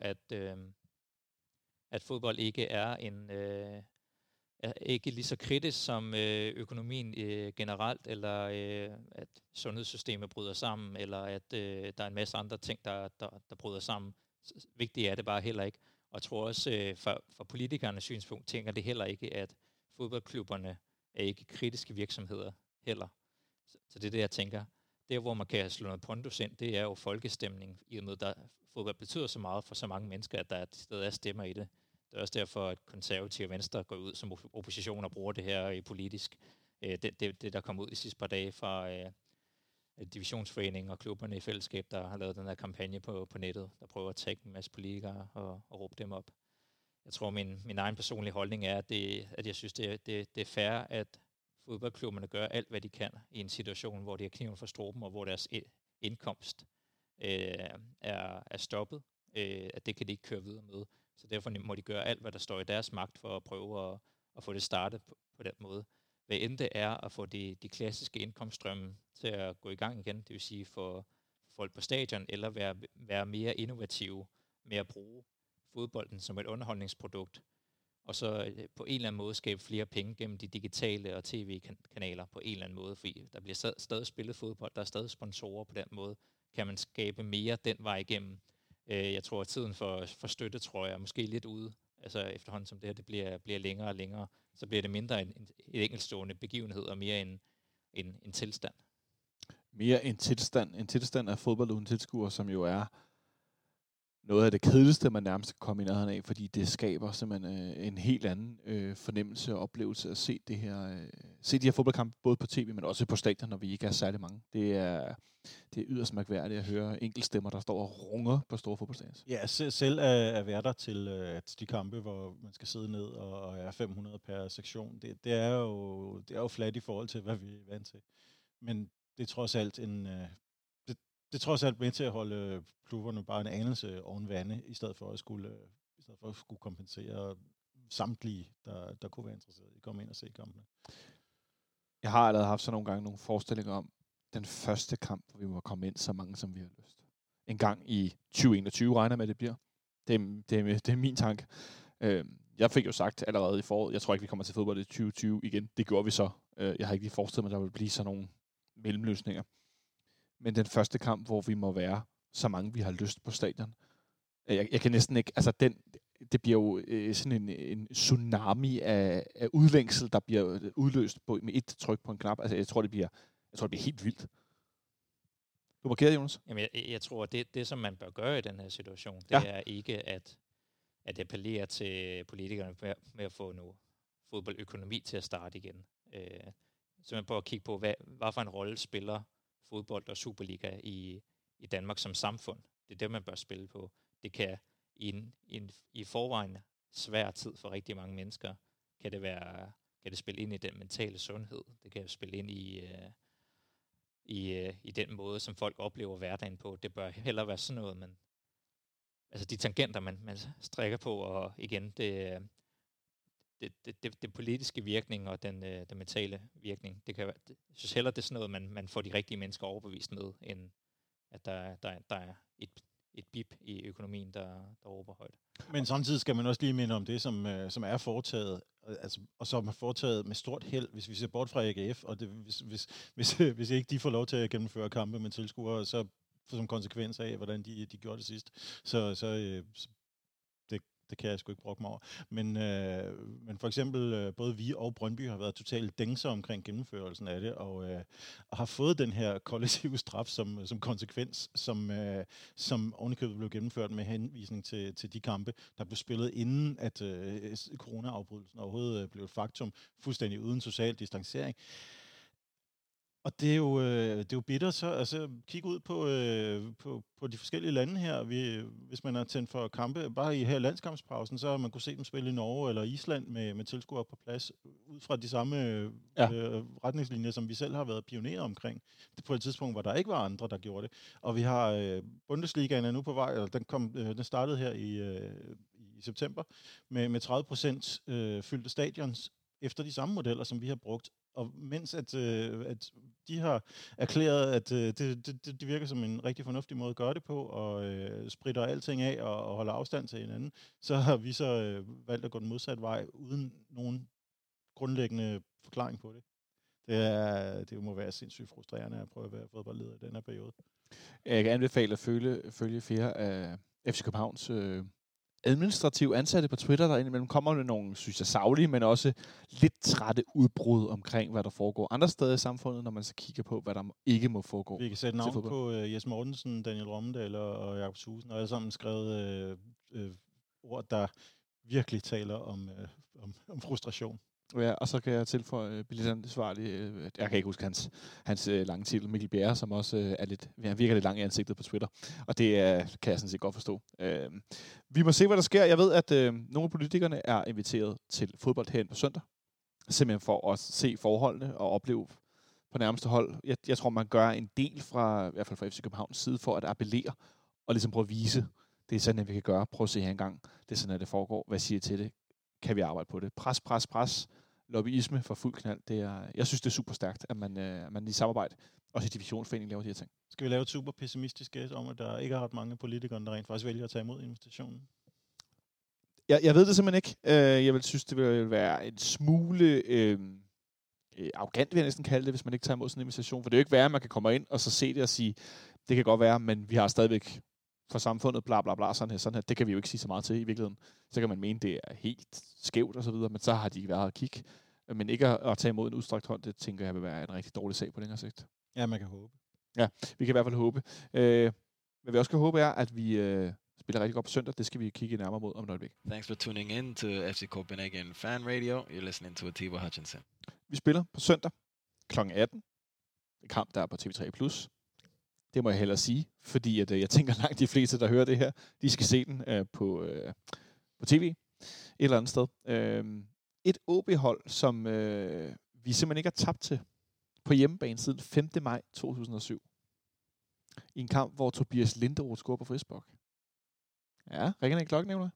at fodbold ikke er er ikke lige så kritisk som økonomien generelt, eller at sundhedssystemet bryder sammen, eller at der er en masse andre ting, der bryder sammen. Vigtigt er det bare heller ikke. Og jeg tror også, for politikernes synspunkt, tænker det heller ikke, at fodboldklubberne er ikke kritiske virksomheder heller. Så det er det, jeg tænker. Der, hvor man kan slå noget pondus ind, det er jo folkestemning, i og med, at fodbold betyder så meget for så mange mennesker, at der stadig er stemmer i det. Det er også derfor, at konservative og venstre går ud som opposition og bruger det her i politisk. Det der kom ud de sidste par dage fra divisionsforeningen og klubberne i fællesskab, der har lavet den her kampagne på nettet, der prøver at tagge en masse politikere og råbe dem op. Jeg tror, min egen personlige holdning er, at jeg synes, det er fair, at fodboldklubberne gør alt, hvad de kan i en situation, hvor de har kniven for struben, og hvor deres indkomst er stoppet. At det kan de ikke køre videre med. Så derfor må de gøre alt, hvad der står i deres magt, for at prøve at få det startet på den måde. Hvad end det er at få de klassiske indkomststrømme til at gå i gang igen, det vil sige for folk på stadion, eller være mere innovative med at bruge fodbolden som et underholdningsprodukt, og så på en eller anden måde skabe flere penge gennem de digitale og tv-kanaler på en eller anden måde, fordi der bliver stadig spillet fodbold, der er stadig sponsorer på den måde. Kan man skabe mere den vej igennem? Jeg tror, at tiden for støtte, tror jeg, er måske lidt ude. Altså efterhånden som det her det bliver længere og længere, så bliver det mindre en enkeltstående begivenhed og mere en tilstand. mere en tilstand af fodbold uden tilskuere, som jo er noget af det kedeligste, man nærmest kan komme i nærheden af, fordi det skaber simpelthen en helt anden fornemmelse og oplevelse at se de her fodboldkampe, både på tv, men også på stadion, når vi ikke er særlig mange. Det er yderst mærkværdigt at høre enkeltstemmer, der står og runger på store fodboldstadions. Ja, selv at være der til de kampe, hvor man skal sidde ned og er 500 per sektion, det er jo flat i forhold til, hvad vi er vant til. Men det er trods alt det er trods alt med til at holde klubberne bare en anelse oven vande, i stedet for at skulle kompensere samtlige, der kunne være interesseret i at komme ind og se kampene. Jeg har allerede haft så nogle gange nogle forestillinger om den første kamp, hvor vi må komme ind så mange, som vi har lyst. En gang i 2021 regner med, at det bliver. Det er min tanke. Jeg fik jo sagt allerede i foråret, jeg tror ikke, vi kommer til fodbold i 2020 igen. Det gjorde vi så. Jeg har ikke lige forestillet mig, at der vil blive sådan nogle mellemløsninger. Men den første kamp, hvor vi må være så mange, vi har lyst på stadion. Jeg kan næsten ikke... Altså, det bliver jo sådan en tsunami af udlængsel, der bliver udløst med et tryk på en knap. Altså, jeg tror, det bliver helt vildt. Du markerer, Jonas? Jamen, jeg tror, det som man bør gøre i den her situation, det er ikke at appellere til politikerne med at få noget fodboldøkonomi til at starte igen. Simpelthen på at kigge på, hvad for en rolle spiller fodbold og Superliga i Danmark som samfund. Det er det, man bør spille på. Det kan i forvejen svær tid for rigtig mange mennesker, kan det spille ind i den mentale sundhed. Det kan spille ind i den måde, som folk oplever hverdagen på. Det bør heller være sådan noget, men altså de tangenter, man strækker på, og igen, det politiske virkning og den mentale virkning, det kan være, jeg synes heller, det er sådan noget, man får de rigtige mennesker overbevist med, end at der er et bip i økonomien, der råber højt. Men samtidig skal man også lige minde om det, som er foretaget, altså, og som er foretaget med stort held, hvis vi ser bort fra AGF, og det, hvis ikke de får lov til at gennemføre kampe med tilskuere, så som konsekvens af, hvordan de gjorde det sidst, så det kan jeg sgu ikke brokke mig over. Men for eksempel, både vi og Brøndby har været totalt dængser omkring gennemførelsen af det, og har fået den her kollektive straf som konsekvens, som ovenikøbet blev gennemført med henvisning til de kampe, der blev spillet inden, at corona-afbrydelsen overhovedet blev et faktum, fuldstændig uden social distancering. Og det er jo bitter, så altså kig ud på de forskellige lande her. Hvis man er tændt for kampe, bare i her landskampspausen, så har man kunne se dem spille i Norge eller Island med tilskuere på plads, ud fra de samme retningslinjer, som vi selv har været pionerer omkring. Det på et tidspunkt, hvor der ikke var andre, der gjorde det. Og vi har Bundesligaen er nu på vej, eller den startede her i september, med 30% fyldte stadions, efter de samme modeller, som vi har brugt. Og mens at de har erklæret, at det virker som en rigtig fornuftig måde at gøre det på, og spritter alting af og holder afstand til hinanden, så har vi så valgt at gå den modsatte vej, uden nogen grundlæggende forklaring på det. Det må være sindssygt frustrerende at prøve at være fodboldleder i den her periode. Jeg kan anbefale at følge flere af FC Københavns administrative ansatte på Twitter, der indimellem kommer med nogle, synes jeg, saglige, men også lidt trætte udbrud omkring, hvad der foregår andre steder i samfundet, når man så kigger på, hvad der ikke må foregå. Vi kan sætte navn på Jes Mortensen, Daniel Rommedal og Jakob Thusen, og alle sammen skrevet ord, der virkelig taler om frustration. Ja, og så kan jeg tilføje billetsansvarlig, jeg kan ikke huske hans lange titel, Mikkel Bjerre, som også virker lidt lang i ansigtet på Twitter. Og det kan jeg sådan set godt forstå. Vi må se, hvad der sker. Jeg ved, at nogle af politikerne er inviteret til fodbold herinde på søndag. Simpelthen for at se forholdene og opleve på nærmeste hold. Jeg tror, man gør en del fra, i hvert fald fra FC Københavns side, for at appellere og ligesom prøve at vise, det er sådan, at vi kan gøre. Prøv at se her engang. Det er sådan, at det foregår. Hvad siger I til det? Kan vi arbejde på det? Pres. Lobbyisme for fuld knald. Jeg synes, det er super stærkt, at man i samarbejde, også i divisionsforeningen, laver de her ting. Skal vi lave et super pessimistisk gæt om, at der ikke er ret mange politikere, der rent faktisk vælger at tage imod invitationen? Jeg ved det simpelthen ikke. Jeg vil synes, det vil være en smule arrogant, vil jeg næsten kalde det, hvis man ikke tager imod sådan en invitation. For det er jo ikke værre, at man kan komme ind og så se det og sige, det kan godt være, men vi har stadigvæk for samfundet, bla bla bla, sådan her. Det kan vi jo ikke sige så meget til i virkeligheden. Så kan man mene, det er helt skævt og så videre, men så har de ikke været at kigge. Men ikke at tage imod en udstrakt hånd, det tænker jeg vil være en rigtig dårlig sag på længere sigt. Ja, man kan håbe. Ja, vi kan i hvert fald håbe. Hvad vi også kan håbe er, at vi spiller rigtig godt på søndag. Det skal vi kigge nærmere mod om et øjeblik. Thanks for tuning in to FC Copenhagen Fan Radio. You're listening to Atiba Hutchinson. Vi spiller på søndag kl. 18. En kamp, der er på TV3+. Det må jeg hellere sige, fordi at, jeg tænker langt de fleste, der hører det her, de skal se den på tv et eller andet sted. Et OB-hold, som vi simpelthen ikke har tabt til på hjemmebane siden 5. maj 2007. I en kamp, hvor Tobias Linderoth scorer på frispark. Ja, ringer den i klokken, Nicolaj?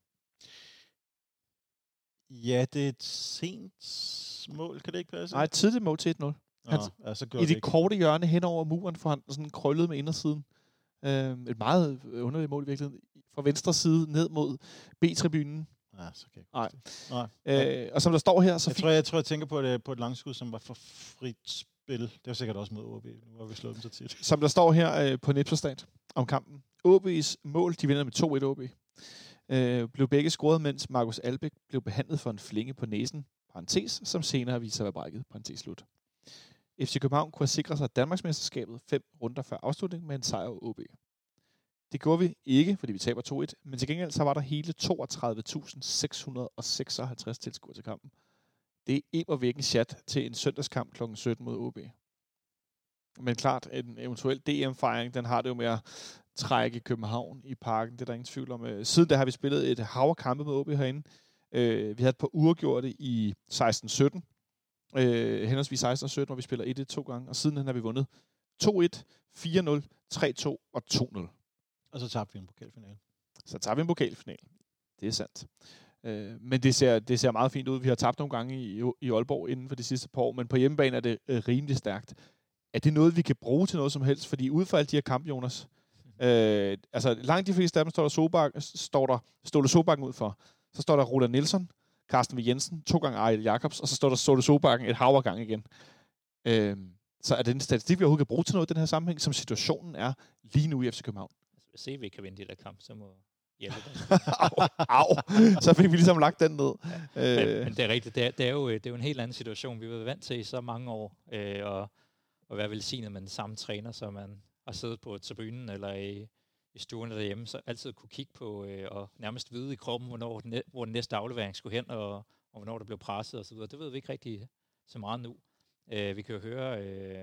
Ja, det er et sent mål, kan det ikke passe? Nej, et tidligt mål til 1-0. I det korte hjørne hen over muren, for han sådan krøllet med indersiden. Et meget underligt mål i virkeligheden. Fra venstre side ned mod B-tribunen. Ja, så kan jeg Nej. Og som der står her, så jeg tænker på et langskud, som var for frit spil. Det var sikkert også mod OB, nu har vi slået dem så tit. Som der står her på Nipserstad om kampen. OB's mål, de vinder med 2-1 OB. Blev begge scoret, mens Markus Albeck blev behandlet for en flinge på næsen, parentes, som senere viser sig at være brækket, parentes slut. FC København kunne have sikret sig Danmarksmesterskabet 5 runder før afslutning med en sejr over OB. Det gjorde vi ikke, fordi vi taber 2-1, men til gengæld så var der hele 32.656 tilskuere til kampen. Det er ebervækken chat til en søndagskamp kl. 17 mod OB. Men klart, en eventuel DM-fejring, den har det jo med at trække København i parken. Det er der ingen tvivl om. Siden da har vi spillet et hav af kampe med OB herinde. Vi havde et par uafgjorte i 16-17. Henholdsvis 16 og 17, hvor vi spiller 1-1 2 gange. Og siden har vi vundet 2-1, 4-0, 3-2 og 2-0. Og så tabte vi en pokalfinale. Det er sandt. Men det ser meget fint ud. Vi har tabt nogle gange i Aalborg inden for de sidste par år, men på hjemmebane er det rimelig stærkt. Er det noget, vi kan bruge til noget som helst? Fordi ud fra alle de her kampe, Jonas, altså langt de fleste af dem står der Ståle Sobakken ud for. Så står der Roland Nielsen, Carsten V. Jensen, 2 gange Ariel Jacobs, og så står der Ståle Sobakken et hav af gang igen. Så er det en statistik, vi overhovedet kan bruge til noget i den her sammenhæng, som situationen er lige nu i FC København? Altså, hvis CV kan vinde de der kamp, så må hjælpe dem. Au. Så fik vi ligesom lagt den ned. Men det er rigtigt. Det er jo en helt anden situation. Vi har været vant til i så mange år, og være velsignet med den samme træner, som man har siddet på tribunen eller i stuen derhjemme, så altid kunne kigge på og nærmest vide i kroppen, hvor den næste aflevering skulle hen, og hvornår det blev presset osv. Det ved vi ikke rigtig så meget nu. Vi kan jo høre,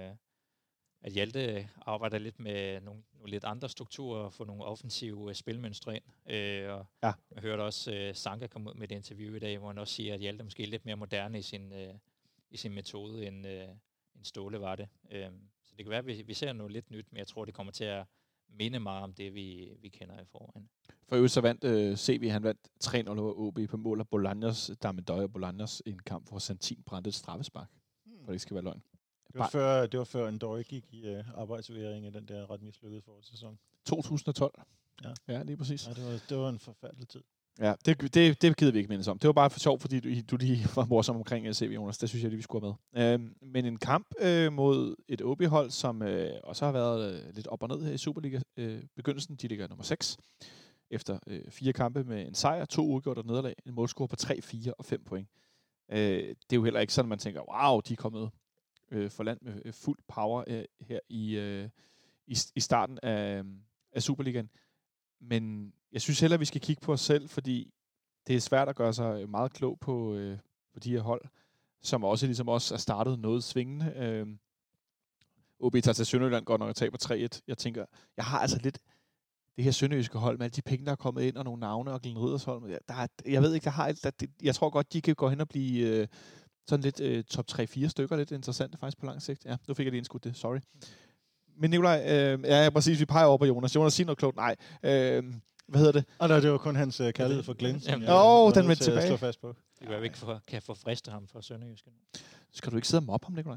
at Hjalte arbejder lidt med nogle lidt andre strukturer og få nogle offensive spilmønstre ind. Og jeg hørte også Sanka komme ud med et interview i dag, hvor han også siger, at Hjalte måske er lidt mere moderne i sin metode, end Ståle var det. Så det kan være, at vi ser noget lidt nyt, men jeg tror, det kommer til at minde meget om det, vi kender i forvejen. For øvrigt så vandt CV, han vandt 3-0 over OB på mål af Bolaños, Damendøj og Bolaños i en kamp, hvor Santin brændte et straffespark. For det ikke skal være løgn. Det var før en Døje gik i arbejdsværing i den der ret mislykkede forårssæson. 2012. Ja, lige præcis. Ja, det var en forfærdelig tid. Ja, det gider vi ikke mindes om. Det var bare for sjovt, fordi du lige var morsom omkring CV, Jonas. Det synes jeg lige, vi skulle have med. Men en kamp mod et OB-hold, som også har været lidt op og ned her i Superliga. Begyndelsen, de ligger nummer 6. Efter 4 kampe med en sejr, 2 uafgjort og nederlag. En målscore på 3, 4 og 5 point. Det er jo heller ikke sådan, man tænker, wow, de er kommet for land med fuld power her i starten af Superligaen. Men jeg synes heller, at vi skal kigge på os selv, fordi det er svært at gøre sig meget klog på de her hold, som også ligesom også er startet noget svingende. OB tager til Sønderjylland godt nok og taber 3-1. Jeg tænker, jeg har altså lidt det her sønderjyske hold med alle de penge, der er kommet ind, og nogle navne, og Glenn Riddersholm. Jeg ved ikke, jeg tror godt, de kan gå hen og blive sådan lidt top 3-4 stykker, lidt interessante faktisk på lang sigt. Ja, nu fik jeg lige indskudt det, sorry. Men Nicolaj, ja, præcis, vi peger over på Jonas. Jonas, sig noget klogt. Nej. Hvad hedder det? Nej, det var kun hans kærlighed for Glenn. Den vendte tilbage. Slå fast på. Det kan være, at vi ikke kan forfriste ham fra Sønderjyske. Skal du ikke sidde og mobbe ham, Nicolaj?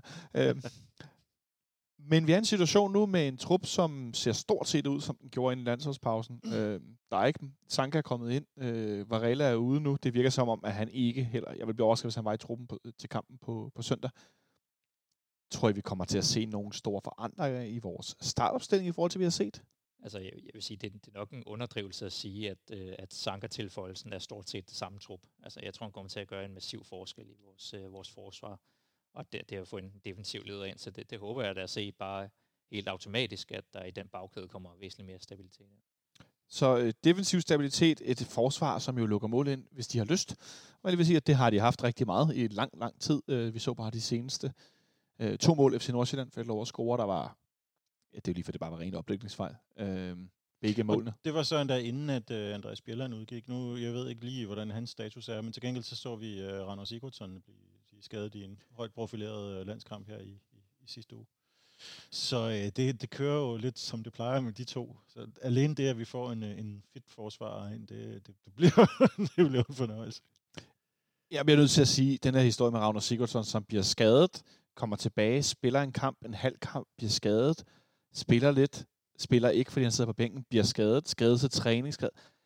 Men vi er i en situation nu med en trup, som ser stort set ud, som den gjorde inden landsholdspausen. Der er ikke Sanka kommet ind. Varela er ude nu. Det virker som om, at han ikke heller... Jeg vil blive overrasket, hvis han var i truppen til kampen på søndag. Tror jeg, vi kommer til at se nogle store forandringer i vores startopstilling i forhold til, hvad vi har set? Altså, jeg vil sige, det er nok en underdrivelse at sige, at Sanka-tilføjelsen er stort set det samme trup. Altså, jeg tror, han kommer til at gøre en massiv forskel i vores forsvar. Og det at få en defensiv leder ind, så det håber jeg da at se bare helt automatisk, at der i den bagkæde kommer væsentligt mere stabilitet. Så defensiv stabilitet, et forsvar, som jo lukker mål ind, hvis de har lyst. Og jeg vil sige, at det har de haft rigtig meget i lang tid. Vi så bare de seneste 2 mål FC Nordsjælland fik lov at score, der var, ja, det er jo lige for det bare var rent oplægningsfejl. Begge målene. Og det var så endda inden, at Andreas Bjelland udgik. Nu, jeg ved ikke lige, hvordan hans status er, men til gengæld så vi Randers Sigurdsson blive skadet i en højt profileret landskamp her i sidste uge. Så det kører jo lidt, som det plejer med de to. Så alene det, at vi får en fit forsvar ind, det bliver en fornøjelse. Jeg bliver nødt til at sige, at den her historie med Randers Sigurdsson, som bliver skadet, kommer tilbage, spiller en kamp, en halv kamp, bliver skadet, spiller lidt, spiller ikke, fordi han sidder på bænken, bliver skadet til træning,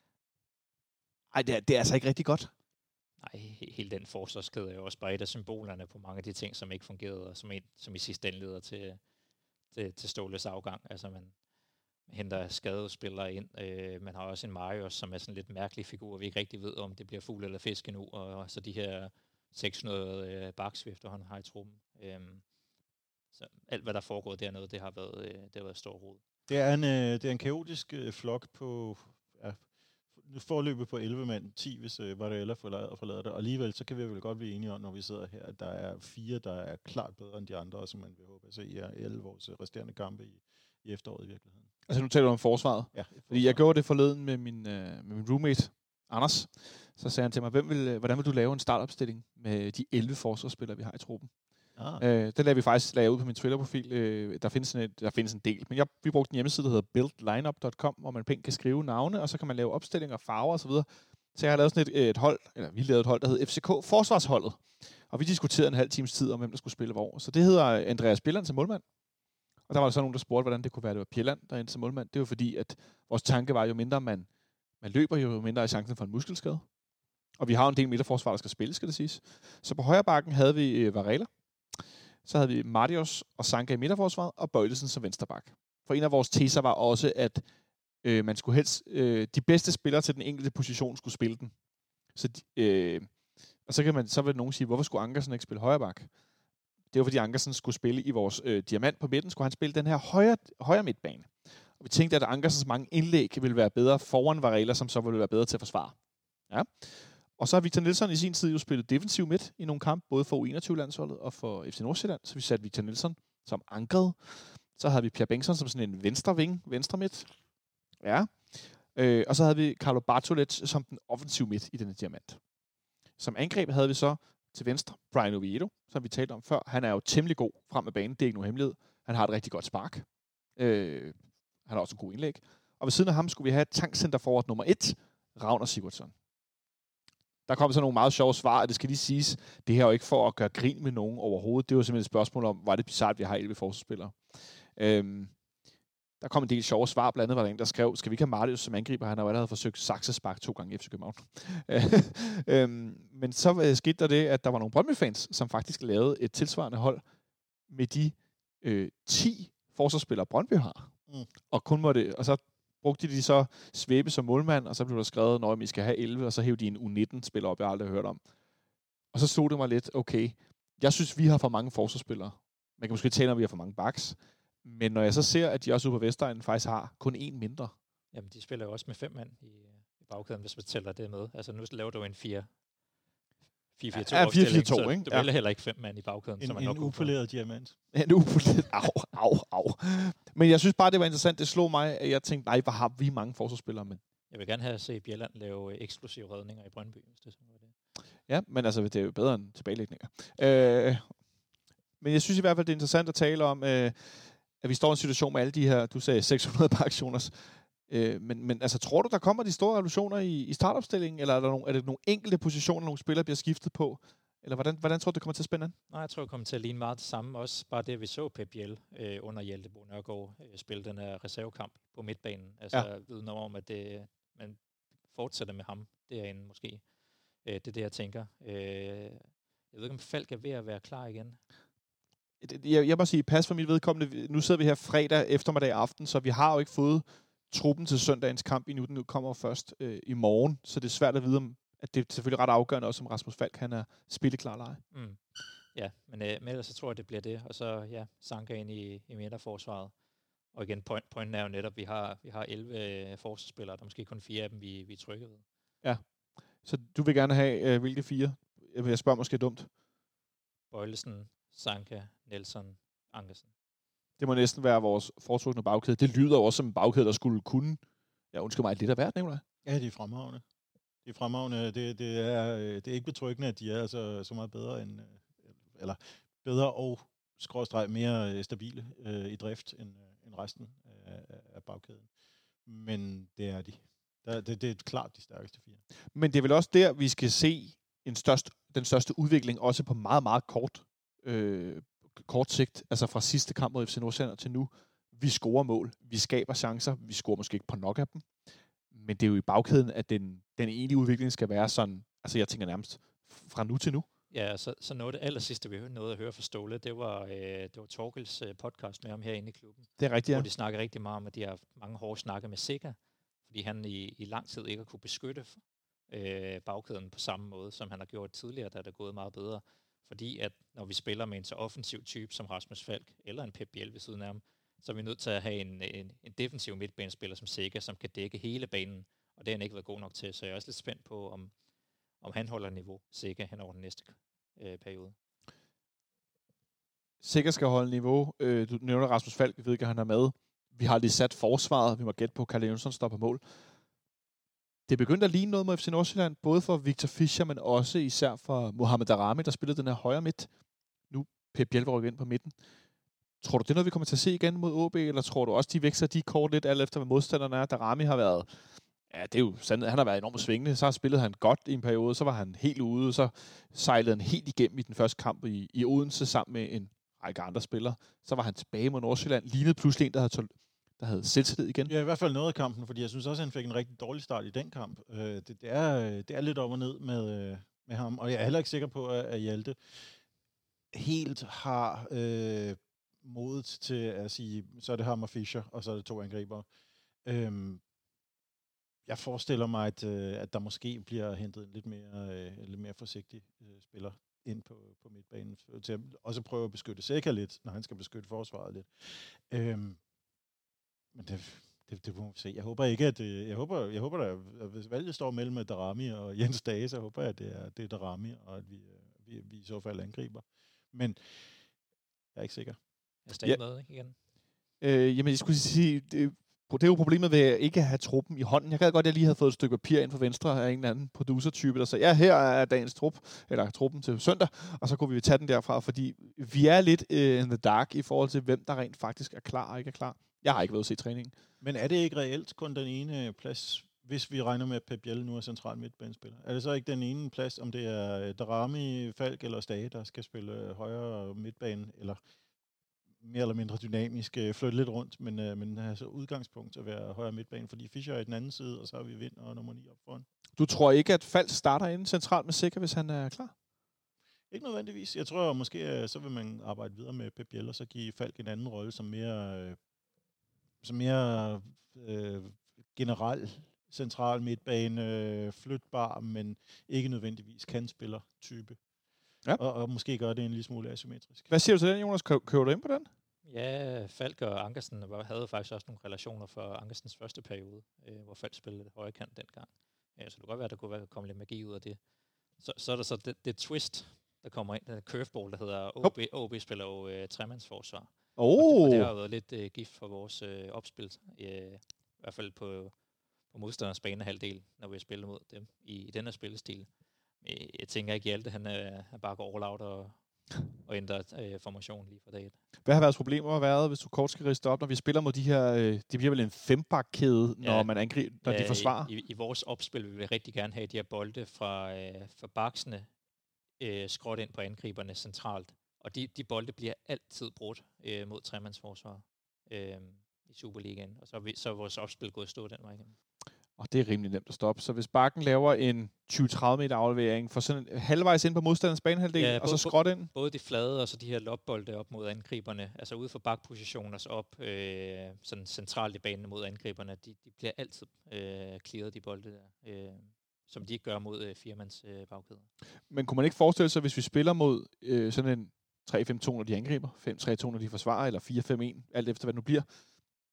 Ej, det er altså ikke rigtig godt. Nej, hele den forsvarskæde er jo også bare et af symbolerne på mange af de ting, som ikke fungerede, og som i sidste ende leder til Ståles afgang. Altså man henter skadede spillere ind. Man har også en Marius, som er sådan en lidt mærkelig figur. Vi ikke rigtig ved, om det bliver fugl eller fisk endnu. Og så de her 600 baks, vi efterhånden har i truppen. Så alt, hvad der foregår dernede, det har været stor rod. Det er en kaotisk flok på forløbet på 11 mand, 10 hvis Varela forlader det, og alligevel så kan vi vel godt blive enige om, når vi sidder her, at der er 4, der er klart bedre end de andre, og som man vil håbe at se i alle vores resterende kampe i efteråret i virkeligheden. Altså nu taler du om forsvaret. Ja, fordi jeg gjorde det forleden med min roommate, Anders. Så sagde han til mig, hvordan vil du lave en startopstilling med de 11 forsvarsspillere, vi har i truppen? Den lagde jeg ud på min Twitter-profil. Der findes en del. Men vi brugte en hjemmeside, der hedder buildlineup.com, hvor man pænt kan skrive navne, og så kan man lave opstillinger, farver osv. Så jeg har lavet sådan et hold, eller vi lavede et hold, der hed FCK Forsvarsholdet. Og vi diskuterede en halv times tid om, hvem der skulle spille hvor. Så det hedder Andreas Bjelland som målmand. Og der var så nogen, der spurgte, hvordan det kunne være, det var Bjelland, der endte som målmand. Det var fordi, at vores tanke var, jo mindre man løber, jo mindre er chancen for en muskelskade. Og vi har en del midterforsvar, der skal spille, skal det siges. Så på højre bakken havde vi Varela. Så havde vi Marius og Sanka i midterforsvaret, og Bøjlesen som vensterbak. For en af vores teser var også, at man skulle helst de bedste spillere til den enkelte position skulle spille den. Så og så vil nogen sige, hvorfor skulle Ankersen ikke spille højre bak? Det var fordi Ankersen skulle spille i vores diamant på midten, skulle han spille den her højre midtbane. Og vi tænkte, at Ankersens mange indlæg ville være bedre foran Varela, som så ville være bedre til at forsvare. Ja. Og så har Victor Nielsen i sin tid jo spillet defensiv midt i nogle kampe, både for U21-landsholdet og for FC Nordsjælland. Så vi satte Victor Nielsen som ankret. Så havde vi Pierre Bengtsson som sådan en venstre midt. Ja. Og så havde vi Carlo Bartolet som den offensiv midt i denne diamant. Som angreb havde vi så til venstre Brian Oviedo, som vi talte om før. Han er jo temmelig god frem med banen. Det er ikke nogen hemmelighed. Han har et rigtig godt spark. Han har også en god indlæg. Og ved siden af ham skulle vi have tankcenter forward nummer 1, Randers Sigurdsson. Der kom så nogle meget sjove svar, og det skal lige siges, det her er jo ikke for at gøre grin med nogen overhovedet. Det var simpelthen et spørgsmål om, var det bizarrt, at vi har 11 forsvarsspillere. Der kom en del sjove svar, blandt andet var der en, der skrev, skal vi ikke have Marius som angriber? Han har jo allerede forsøgt saksespark 2 gange i FC København. Men så skete der det, at der var nogle Brøndby-fans, som faktisk lavede et tilsvarende hold med de 10 forsvarsspillere, Brøndby har. Og så brugte de så Svæbe som målmand, og så blev der skrevet, når vi skal have 11, og så hævde de en U19-spiller op, jeg aldrig har hørt om. Og så stod det mig lidt, okay, jeg synes, vi har for mange forsvarsspillere. Man kan måske tale om, vi har for mange backs. Men når jeg så ser, at de også ude på Vestegnen faktisk har kun en mindre. Jamen, de spiller jo også med 5 mand i bagkæden, hvis man tæller det med. Altså, nu laver du en 4-4-2 opstilling, så du vælger heller ikke 5 mand i bagkæden. En upoleret diamant. En upoleret, au. Men jeg synes bare, det var interessant. Det slog mig, at jeg tænkte, nej, hvor har vi mange forsvarsspillere. Men jeg vil gerne have set Bjelland lave eksplosive redninger i Brøndby, hvis det sådan var det. Ja, men altså, det er jo bedre end tilbagelægninger. Men jeg synes i hvert fald, det er interessant at tale om, at vi står i en situation med alle de her, du sagde 600 baktioner. Men altså, tror du, der kommer de store revolutioner i startopstillingen, eller er det nogle enkelte positioner, nogle spillere bliver skiftet på? Eller hvordan tror du, det kommer til at spænde an? Nej, jeg tror, det kommer til at ligne meget det samme. Også bare det, vi så Pep Biel under Hjalte Bo Nørgaard spille den her reservekamp på midtbanen. Altså, viden om, at man fortsætter med ham derinde måske. Det er det, jeg tænker. Jeg ved ikke, om Falk er ved at være klar igen. Jeg må sige, pas for mit vedkommende. Nu sidder vi her fredag eftermiddag aften, så vi har jo ikke fået truppen til søndagens kamp endnu. Den kommer først i morgen, så det er svært at vide, om at det er selvfølgelig ret afgørende også, om Rasmus Falk han er spilleklar eller ej. Ja, men ellers så tror jeg, det bliver det. Og så Sanka ind i midterforsvaret. Og igen, pointen er jo netop, at vi har 11 forsvarsspillere, der måske kun 4 af dem, vi er trygge ved. Ja. Så du vil gerne have hvilke 4? Jeg spørger måske dumt. Bøjlesen, Sanka, Nelson, Ankersen. Det må næsten være vores foretrukne bagkæde. Det lyder jo også som en bagkæde, der skulle kunne... Ja, undskyld mig, lidt af hvert, Nikolaj. Ja, de er fremragende. De er fremragende. Det er ikke betryggende, at de er så meget bedre end... eller bedre og skråstreg mere stabile i drift end resten af bagkæden. Men det er de. Det er klart de stærkeste 4. Men det er vel også der, vi skal se den største udvikling, også på meget, meget kort sigt. Altså fra sidste kamp mod FC Nordsjælland til nu. Vi scorer mål. Vi skaber chancer. Vi scorer måske ikke på nok af dem. Men det er jo i bagkæden, at den egentlige udvikling skal være sådan, altså jeg tænker nærmest fra nu til nu. Ja, så noget af det aller sidste, vi nåede at høre fra Ståle, det var Torkels podcast med ham herinde i klubben. Det er rigtigt, ja. Hvor de snakker rigtig meget om, at de har mange hårde snakke med Sikker, fordi han i lang tid ikke har kunne beskytte bagkæden på samme måde, som han har gjort tidligere, da det er gået meget bedre. Fordi at når vi spiller med en så offensiv type som Rasmus Falk, eller en Pep Biel ved siden af ham, så er vi nødt til at have en defensiv midtbanespiller som Sikker, som kan dække hele banen, og det har han ikke været god nok til, så jeg er også lidt spændt på, om han holder niveau Sikker hen over den næste periode. Sikker skal holde niveau. Du nævner Rasmus Falk, vi ved ikke, at han er med. Vi har lige sat forsvaret. Vi må gætte på, at Kalle Jønsson står på mål. Det begyndte at ligne noget mod FC Nordsjælland, både for Victor Fischer, men også især for Mohamed Daramy, der spillede den her højre midt. Nu Pep Biel rykker ind på midten. Tror du, det er noget, vi kommer til at se igen mod OB, eller tror du også, de vækster de kort lidt, alt efter hvad modstanderne er? Daramy har været... Ja, det er jo sandt. Han har været enormt svingende. Så spillede han godt i en periode, så var han helt ude, så sejlede han helt igennem i den første kamp i Odense sammen med en række andre spillere. Så var han tilbage mod Nordsjælland, lignede pludselig en, der havde selvtillid igen. Ja, i hvert fald noget af kampen, fordi jeg synes også, at han fik en rigtig dårlig start i den kamp. Det er lidt op og ned med ham, og jeg er heller ikke sikker på, at Hjalte helt har modet til at sige, så er det ham og Fischer, og så er det 2 angribere. Jeg forestiller mig, at der måske bliver hentet en lidt mere forsigtig spiller ind på midtbanen, til at også prøve at beskytte Sikker lidt, når han skal beskytte forsvaret lidt. Men det må vi se. Jeg håber ikke, at jeg håber at hvis valget står mellem Daramy og Jens Dage, så håber jeg, at det er Daramy, og at vi i så fald angriber. Men jeg er ikke sikker. Jeg er stadig med, ikke igen? Jamen, jeg skulle sige, det er jo problemet ved at ikke have truppen i hånden. Jeg gad godt, at jeg lige havde fået et stykke papir ind for venstre af en eller anden producer-type, der sagde, ja, her er dagens truppen til søndag, og så kunne vi tage den derfra, fordi vi er lidt in the dark i forhold til, hvem der rent faktisk er klar og ikke er klar. Jeg har ikke været at se træningen. Men er det ikke reelt kun den ene plads, hvis vi regner med, at Pep Biel nu er central midtbanespiller? Er det så ikke den ene plads, om det er Daramy, Falk eller Stage, der skal spille højre midtbane, eller mere eller mindre dynamisk, flytte lidt rundt, men altså udgangspunkt at være højre midtbane, fordi Fischer er i den anden side, og så har vi Vind og nummer 9 op foran. Du tror ikke, at Falk starter inden centralt med Sikker, hvis han er klar? Ikke nødvendigvis. Jeg tror måske, så vil man arbejde videre med Pep Biel, og så give Falk en anden rolle, som mere generel central midtbane, flytbar, men ikke nødvendigvis kandspiller-type. Ja. Og måske gør det en lille smule asymmetrisk. Hvad siger du til den, Jonas? Kører du ind på den? Ja, Falk og Ankersen havde faktisk også nogle relationer for Ankersens første periode, hvor Falk spillede højre kant dengang. Ja, så det kan godt være, at der kunne komme lidt magi ud af det. Så er der så det twist, der kommer ind, den curveball, der hedder OB spiller jo tremandsforsvar. Og det har været lidt gift for vores opspil, i hvert fald på modstanderens banehalvdel, når vi har spillet mod dem i denne spillestil. Jeg tænker ikke, Hjalte, han bare går all out og ændrer formation lige fra dag 1. Hvad har deres problemer været, hvis du kort skal riste op, når vi spiller mod de her... det bliver vel en 5-bakkæde, når man angriber, når de forsvarer? I vores opspil vil vi rigtig gerne have de her bolde fra baksene skråt ind på angriberne centralt. Og de bolde bliver altid brudt mod tremandsforsvar i Superligaen. Og så er vores opspil gået stå den vej igennem. Og det er rimelig nemt at stoppe. Så hvis bakken laver en 20-30 meter aflevering for sådan halvvejs ind på modstanderens banehalvdel, og så skråt ind? Både de flade og så de her lopbolde op mod angriberne, altså ude for bakposition og så op sådan centralt i banen mod angriberne, de bliver altid clearet, de bolde der, som de ikke gør mod firmands bagkæder. Men kunne man ikke forestille sig, hvis vi spiller mod sådan en 3-5-2, når de angriber, 5-3-2, når de forsvarer, eller 4-5-1, alt efter hvad det nu bliver,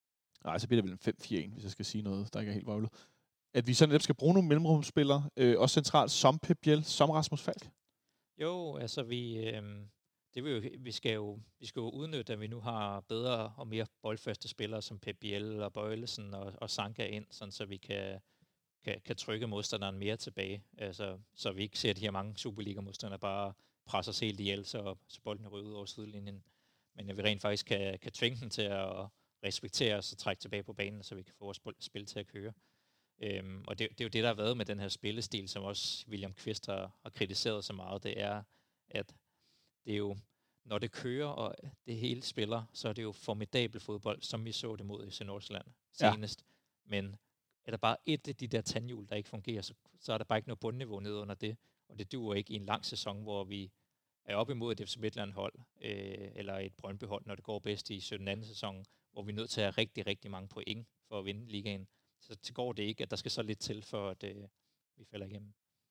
Nej, så bliver det vel en 5-4-1, hvis jeg skal sige noget, der ikke er helt vrøvlet. At vi så netop skal bruge nogle mellemrumspillere, også centralt, som Pep Biel, som Rasmus Falk. Jo, altså vi skal jo udnytte, at vi nu har bedre og mere boldfaste spillere som Pep Biel og Bøjlesen og Sanka ind, sådan så vi kan trykke modstanderen mere tilbage. Altså, så vi ikke ser de her mange Superliga-modstandere bare presser os helt ihjel, så bolden ryger ud over sidelinjen. Men at vi rent faktisk kan tvinge dem til at respektere os og trække tilbage på banen, så vi kan få vores spil til at køre. Og det er jo det, der har været med den her spillestil, som også William Kvist har kritiseret så meget. Det er, at det er jo, når det kører, og det hele spiller, så er det jo formidabel fodbold, som vi så det mod FC Nordsjælland senest. Ja. Men er der bare et af de der tandhjul, der ikke fungerer, så er der bare ikke noget bundniveau ned under det. Og det duer ikke i en lang sæson, hvor vi er op imod et FC Midtjylland-hold, eller et Brøndby-hold, når det går bedst i 17. sæson, hvor vi er nødt til at have rigtig, rigtig mange point for at vinde ligaen. Så går det ikke, at der skal så lidt til, for at vi falder igennem.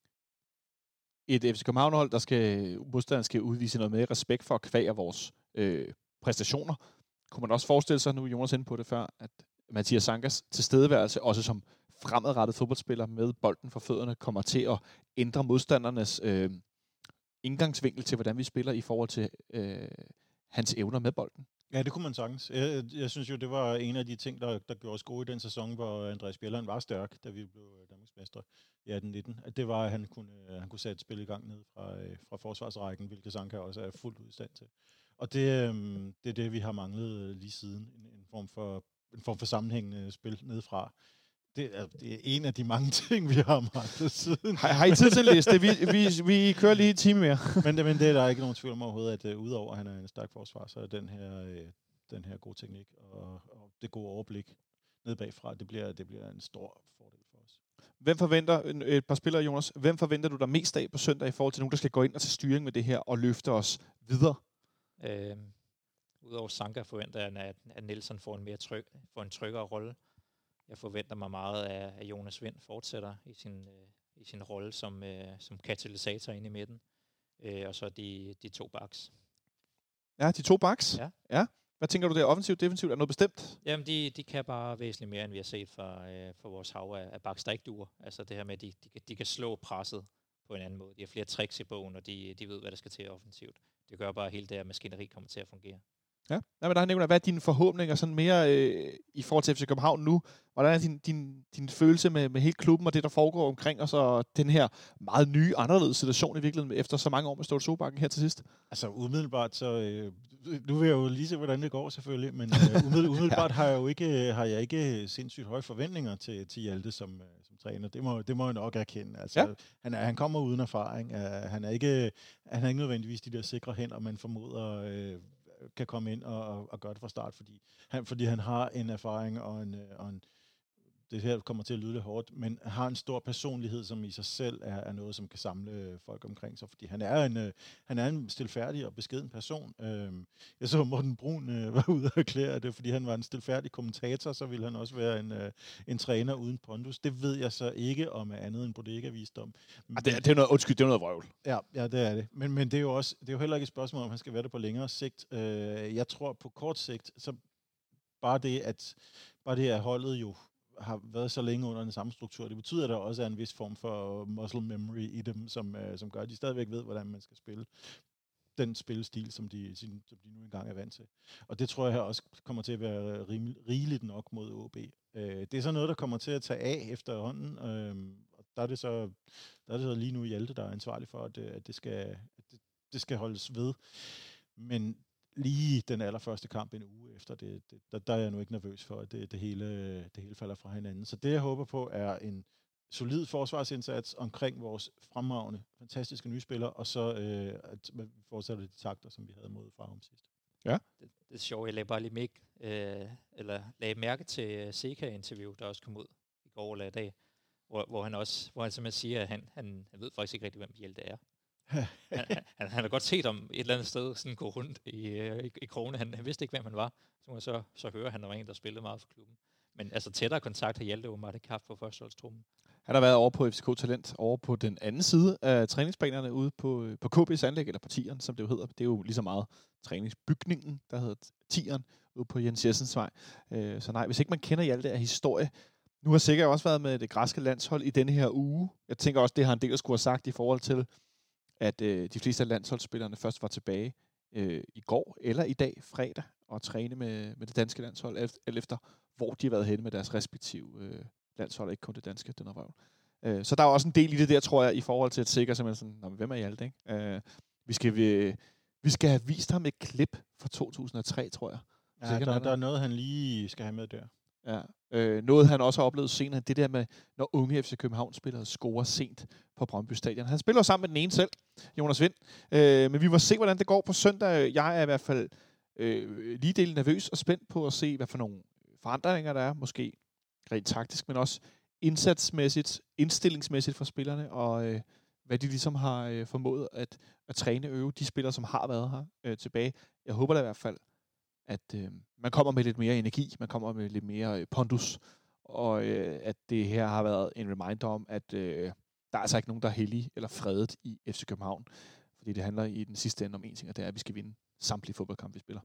Et FC København-hold, modstanderen skal udvise noget mere respekt for at kvære vores præstationer. Kunne man også forestille sig, nu Jonas inde på det før, at Mathias Sankas tilstedeværelse, også som fremadrettet fodboldspiller med bolden for fødderne, kommer til at ændre modstandernes indgangsvinkel til, hvordan vi spiller i forhold til hans evner med bolden? Ja, det kunne man sagtens. Jeg synes jo, det var en af de ting, der gjorde os gode i den sæson, hvor Andreas Bjelland var stærk, da vi blev Danmarksmestre i 18-19. At det var, at han kunne sætte spil i gang ned fra forsvarsrækken, hvilket Sanka også er fuldt ud i stand til. Og det er det, vi har manglet lige siden. En form for sammenhængende spil nedefra. Det er en af de mange ting, vi har manglet siden. Har I tid til en liste? Vi kører lige en time mere. men det er der ikke nogen tvivl om overhovedet, at udover at han er en stærk forsvar, så er den her gode teknik og det gode overblik ned bagfra, det bliver en stor fordel for os. Hvem forventer, et par spillere, Jonas, hvem forventer du der mest af på søndag i forhold til nogen, der skal gå ind og tage styring med det her og løfte os videre? Udover Sanka forventer jeg, at Nielsen får en tryggere rolle. Jeg forventer mig meget af, at Jonas Vind fortsætter i sin rolle som katalysator inde i midten. Og så de to backs. Ja, de to backs? Ja. Hvad tænker du der? Offensivt, defensivt? Er noget bestemt? Jamen, de kan bare væsentligt mere, end vi har set for vores hav af backs, der ikke duer. Altså det her med, at de kan slå presset på en anden måde. De har flere tricks i bogen, og de ved, hvad der skal til offensivt. Det gør bare, at hele det her maskineri kommer til at fungere. Ja, men der er nævnt, hvad er dine forhåbninger sådan mere i forhold til FC København nu? Hvordan er din følelse med hele klubben og det, der foregår omkring os, og den her meget nye, anderledes situation i virkeligheden, efter så mange år med Ståle Solbakken her til sidst? Altså umiddelbart, så nu vil jeg jo lige se, hvordan det går selvfølgelig, men umiddelbart har jeg ikke sindssygt høje forventninger til Hjalte som træner. Det må jeg nok erkende. Altså, han kommer uden erfaring. Han er ikke nødvendigvis de der sikre hænder, man formoder kan komme ind og gøre det fra start, fordi han har en erfaring og en det her kommer til at lyde lidt hårdt, men har en stor personlighed, som i sig selv er noget, som kan samle folk omkring sig, fordi han er en stilfærdig og beskeden person. Jeg så Morten Brun var ude og erklære det, fordi han var en stilfærdig kommentator, så ville han også være en træner uden pondus. Det ved jeg så ikke om andet end bodega-visdom. Det er noget, undskyld, det er noget vrøvl. Ja, det er det. Men det er jo heller ikke et spørgsmål, om han skal være det på længere sigt. Jeg tror på kort sigt, så bare det, at holdet jo har været så længe under den samme struktur. Det betyder, at der også er en vis form for muscle memory i dem, som gør, at de stadigvæk ved, hvordan man skal spille den spillestil, som de nu engang er vant til. Og det tror jeg også kommer til at være rigeligt nok mod OB. Det er så noget, der kommer til at tage af efterhånden, og der er det så lige nu Hjalte, der er ansvarlig for, at det skal holdes ved. Men lige den allerførste kamp en uge efter, der er jeg nu ikke nervøs for, at det hele falder fra hinanden. Så det, jeg håber på, er en solid forsvarsindsats omkring vores fremragende, fantastiske nye spillere, og så at vi fortsætter de takter, som vi havde mod Farum sidst. Ja. Det er sjovt, jeg lagde bare lige lagde mærke til Seca-interview, der også kom ud i går eller i dag, hvor han simpelthen siger, at han ved faktisk ikke rigtig, hvem Hjalte er. han har godt set om et eller andet sted sådan gå rundt i krone. Han vidste ikke, hvem han var. Så hører han, der var en, der spillede meget for klubben. Men altså tættere kontakt har Hjalte jo meget ikke haft på førsteholdstruppen. Han har været over på FCK Talent, over på den anden side af træningsbanerne ude på KB's anlæg, eller på Tieren, som det jo hedder. Det er jo lige så meget træningsbygningen, der hedder Tieren, ude på Jens Jessens vej. Så nej, hvis ikke man kender Hjalte af historie, nu har sikkert også været med det græske landshold i denne her uge. Jeg tænker også, det har en del at skulle have sagt i forhold til, at de fleste af landsholdsspillerne først var tilbage i går eller i dag, fredag, og træne med det danske landshold, alt efter hvor de har været henne med deres respektive landshold, ikke kun det danske, den er røv. Så der er også en del i det der, tror jeg, i forhold til at sikre simpelthen sådan, hvem er Hjalte, ikke? Vi skal have vist ham et klip fra 2003, tror jeg. Ja, der er noget, han lige skal have med der. Ja. Noget han også har oplevet senere, det der med, når unge FC København-spillere scorer sent på Brøndby Stadion. Han spiller sammen med den ene selv, Jonas Vind. Men vi må se, hvordan det går på søndag. Jeg er i hvert fald lige delt nervøs og spændt på at se, hvad for nogle forandringer der er. Måske rent taktisk, men også indsatsmæssigt, indstillingsmæssigt for spillerne, og hvad de ligesom har formået at træne øve de spillere, som har været her tilbage. Jeg håber da i hvert fald, at man kommer med lidt mere energi, man kommer med lidt mere pondus, og at det her har været en reminder om, at der er altså ikke nogen, der er hellige eller fredet i FC København, fordi det handler i den sidste ende om en ting, og det er, at vi skal vinde samtlige fodboldkampe, vi spiller.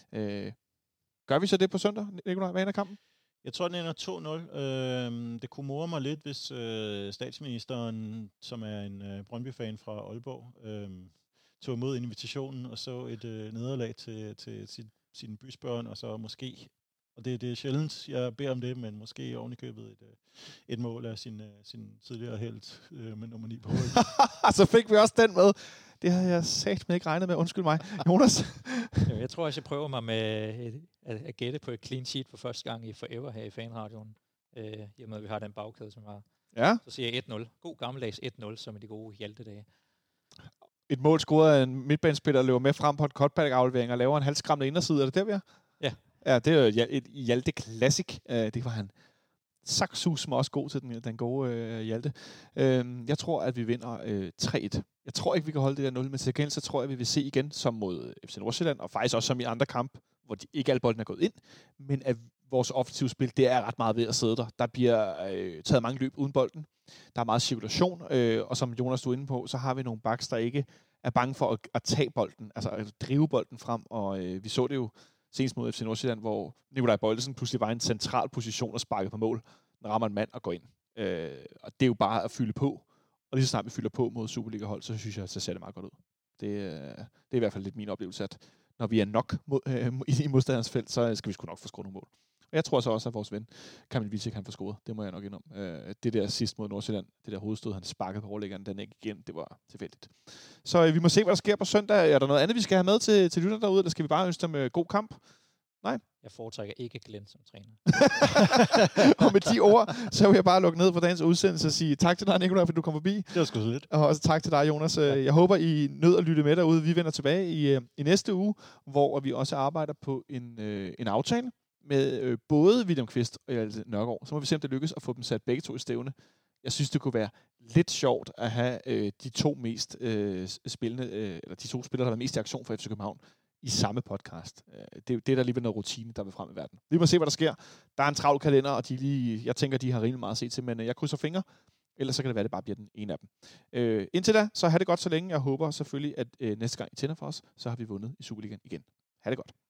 Gør vi så det på søndag, Nikolaj? Hvad ender kampen? Jeg tror, den ender 2-0. Det kunne more mig lidt, hvis statsministeren, som er en Brøndby-fan fra Aalborg, tog imod invitationen og så et nederlag til sine bysbørn, og så måske, og det er sjældent, jeg beder om det, men måske oven i købet et mål af sin tidligere helt med nummer 9 på hovedet. Så fik vi også den med. Det havde jeg sagt med ikke regnet med. Undskyld mig. Jonas? Jeg tror også, jeg prøver mig med at gætte på et clean sheet for første gang i Forever her i Fanradioen. I og med, at vi har den bagkæde, som har. Ja. Så siger jeg 1-0. God gammeldags 1-0, som er de gode Hjalte-dage. Et mål scoret af en midtbanespiller, løber med frem på et cutback-aflevering og laver en halvskræmmende inderside. Er det der, vi er? Ja. Ja, det er jo et Hjalte Classic. Det var han saksus også god til den gode Hjalte. Jeg tror, at vi vinder 3-1. Jeg tror ikke, vi kan holde det der 0, men til gengæld så tror jeg, vi vil se igen som mod FC Nordsjælland, og faktisk også som i andre kampe, hvor de ikke alle bolden er gået ind, men at vores offensive spil, det er ret meget ved at sidde der. Der bliver taget mange løb uden bolden. Der er meget cirkulation, og som Jonas stod inde på, så har vi nogle backs, der ikke er bange for at tage bolden, altså at drive bolden frem, og vi så det jo senest mod FC Nordsjælland, hvor Nikolaj Boilesen pludselig var i en central position og sparkede på mål, når rammer en mand og går ind. Og det er jo bare at fylde på. Og lige så snart vi fylder på mod Superliga-hold, så synes jeg, så ser det meget godt ud. Det er i hvert fald lidt min oplevelse, at når vi er nok i modstanderens felt, så skal vi sgu nok få scoret nogle mål. Og jeg tror så også, at vores ven, Kamil Vilcek, han får scoret. Det må jeg nok indom. Det der sidst mod Nordsjælland, det der hovedstød, han sparkede på overlæggeren, den ikke igen, det var tilfældigt. Så vi må se, hvad der sker på søndag. Er der noget andet, vi skal have med til lytterne derude, eller skal vi bare ønske dem god kamp? Nej? Jeg foretrækker ikke Glenn som træner. Og med de ord, så vil jeg bare lukke ned for dagens udsendelse og sige tak til dig, Nikolaj, fordi du kom forbi. Det var sgu så lidt. Og også tak til dig, Jonas. Jeg håber, I nød at lytte med derude. Vi vender tilbage i næste uge, hvor vi også arbejder på en aftale med både William Kvist og Hjalte Nørgaard. Så må vi se, om det lykkes at få dem sat begge to i stævne. Jeg synes, det kunne være lidt sjovt at have de to mest spillende, eller de to spillere, der var mest i aktion for FC København, i samme podcast. Det er der alligevel noget rutine, der vil frem i verden. Vi må se, hvad der sker. Der er en travl kalender, og jeg tænker, de har rimelig meget at se til, men jeg krydser fingre. Ellers så kan det være, det bare bliver den ene af dem. Indtil da, så have det godt så længe. Jeg håber selvfølgelig, at næste gang I tænder for os, så har vi vundet i Superligaen igen. Ha' det godt.